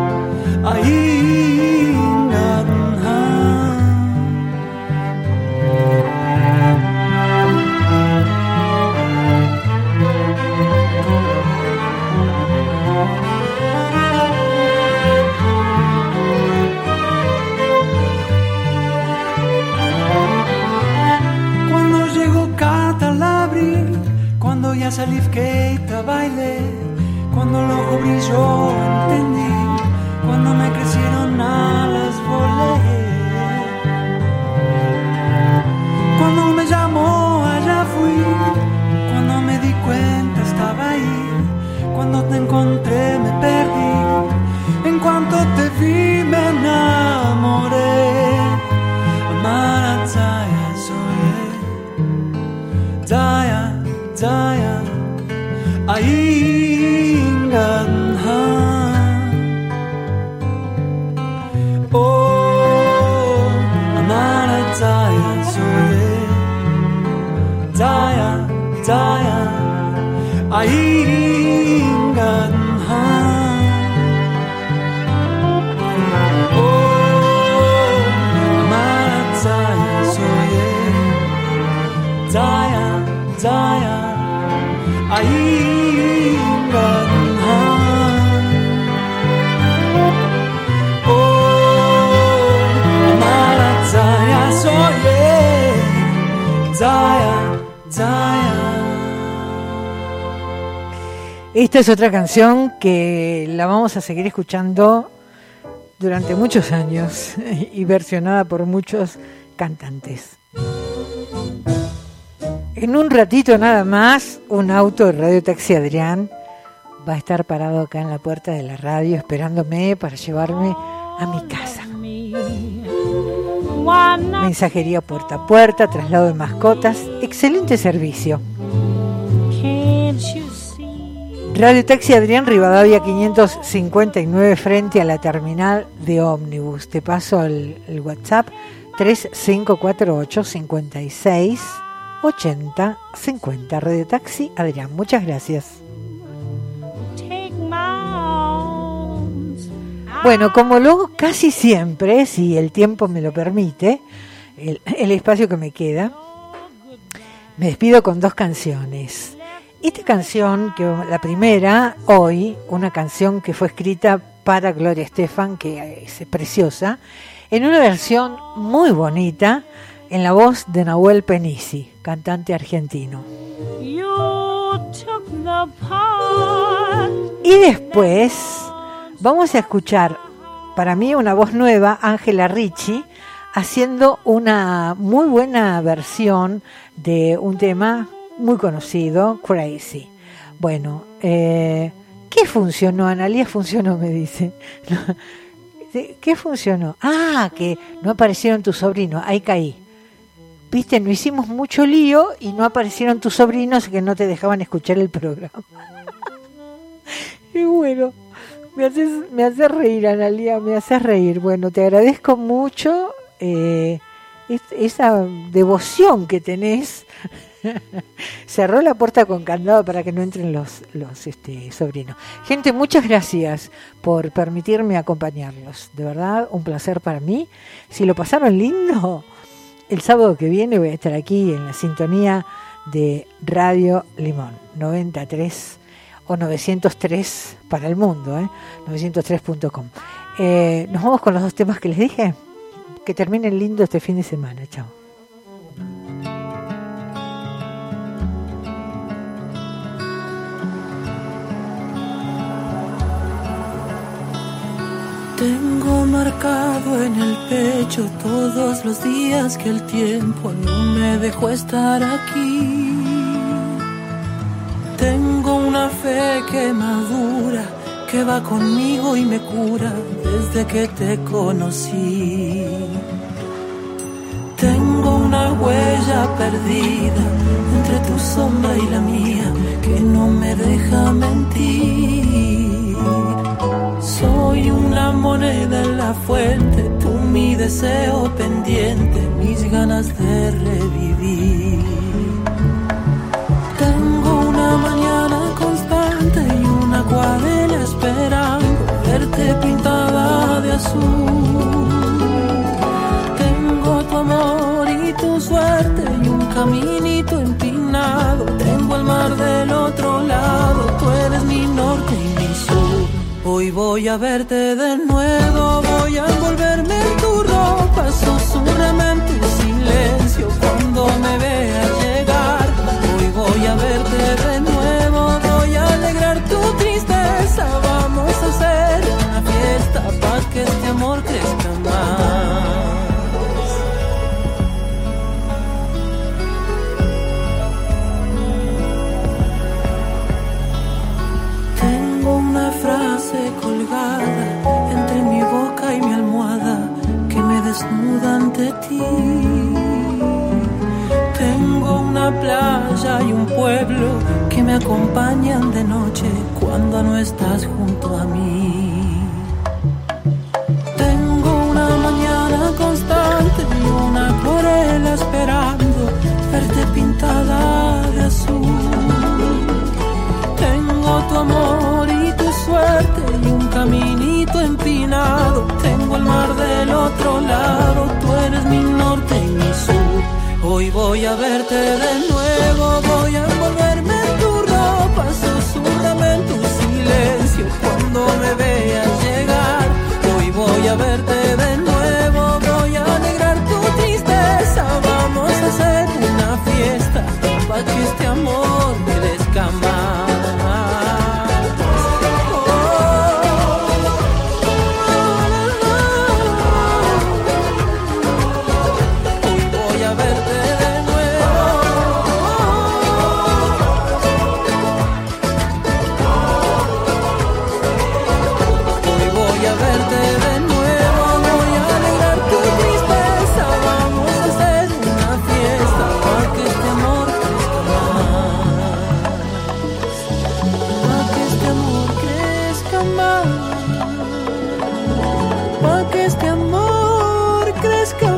Speaker 12: aingadha. Cuando llegó Cata la abrí, cuando ya salí Keita bailé, cuando el ojo brilló entendí, cuando me crecieron alas volé. Cuando me llamó allá fui, cuando me di cuenta estaba ahí, cuando te encontré me perdí, en cuanto te vi me enamoré. Amarataya soye, daya, daya, aingadha. Oh, amarataya soye, daya, daya, aingadha. Oh, amarataya soye, daya, daya, aingadha. Oh, amarataya soye, daya, daya.
Speaker 2: Esta es otra canción que la vamos a seguir escuchando durante muchos años y versionada por muchos cantantes. En un ratito nada más, un auto de Radio Taxi Adrián va a estar parado acá en la puerta de la radio esperándome para llevarme a mi casa. mensajería puerta a puerta, traslado de mascotas, excelente servicio. Radio Taxi Adrián Rivadavia quinientos cincuenta y nueve frente a la terminal de ómnibus. Te paso el, el WhatsApp tres cinco cuatro ocho, cinco seis, ochenta, cincuenta. Radio Taxi Adrián, muchas gracias. Bueno, como luego casi siempre, si el tiempo me lo permite, el, el espacio que me queda, me despido con dos canciones. Esta canción, que la primera, hoy, una canción que fue escrita para Gloria Estefan, que es preciosa, en una versión muy bonita, en la voz de Nahuel Penisi, cantante argentino. Y después vamos a escuchar, para mí, una voz nueva, Ángela Ricci, haciendo una muy buena versión de un tema muy conocido, Crazy. Bueno, eh, ¿qué funcionó? Analía funcionó, me dice. ¿Qué funcionó? Ah, que no aparecieron tus sobrinos, ahí caí. Viste, no hicimos mucho lío y no aparecieron tus sobrinos que no te dejaban escuchar el programa. Y bueno, me haces, me haces reír, Analía, me haces reír. Bueno, te agradezco mucho eh, es, esa devoción que tenés. Cerró la puerta con candado para que no entren los, los este, sobrinos. Gente, muchas gracias por permitirme acompañarlos. De verdad, un placer para mí. Si lo pasaron lindo, el sábado que viene voy a estar aquí en la sintonía de Radio Limón noventa y tres o novecientos tres para el mundo, ¿eh? novecientos tres punto com. Eh, nos vamos con los dos temas que les dije. Que terminen lindo este fin de semana. Chao.
Speaker 12: Tengo marcado en el pecho todos los días que el tiempo no me dejó estar aquí. Tengo una fe que madura, que va conmigo y me cura desde que te conocí. Tengo una huella perdida entre tu sombra y la mía que no me deja mentir. Soy una moneda en la fuente, tú mi deseo pendiente, mis ganas de revivir. Tengo una mañana constante y una acuarela esperando verte pintada de azul. Tengo tu amor y tu suerte y un caminito empinado. Tengo el mar del otro lado, tú eres mi norte y mi sur. Hoy voy a verte de nuevo, voy a envolverme en tu ropa, susúrrame en tu silencio cuando me veas llegar. Hoy voy a verte de nuevo, voy a alegrar tu tristeza, vamos a hacer una fiesta para que este amor crezca más. Una frase colgada entre mi boca y mi almohada que me desnuda ante ti. Tengo una playa y un pueblo que me acompañan de noche cuando no estás junto a mí. Tengo una mañana constante y una acuarela esperando verte pintada de azul. Tengo tu amor y tu suerte y un caminito empinado. Tengo el mar del otro lado, tú eres mi norte y mi sur. Hoy voy a verte de nuevo, voy a envolverme en tu ropa, susúrrame en tu silencio cuando me veas llegar. Hoy voy a verte de nuevo, voy a alegrar tu tristeza, vamos a hacer una fiesta para que este amor crezca más. Voy a verte de nuevo. este amor crezca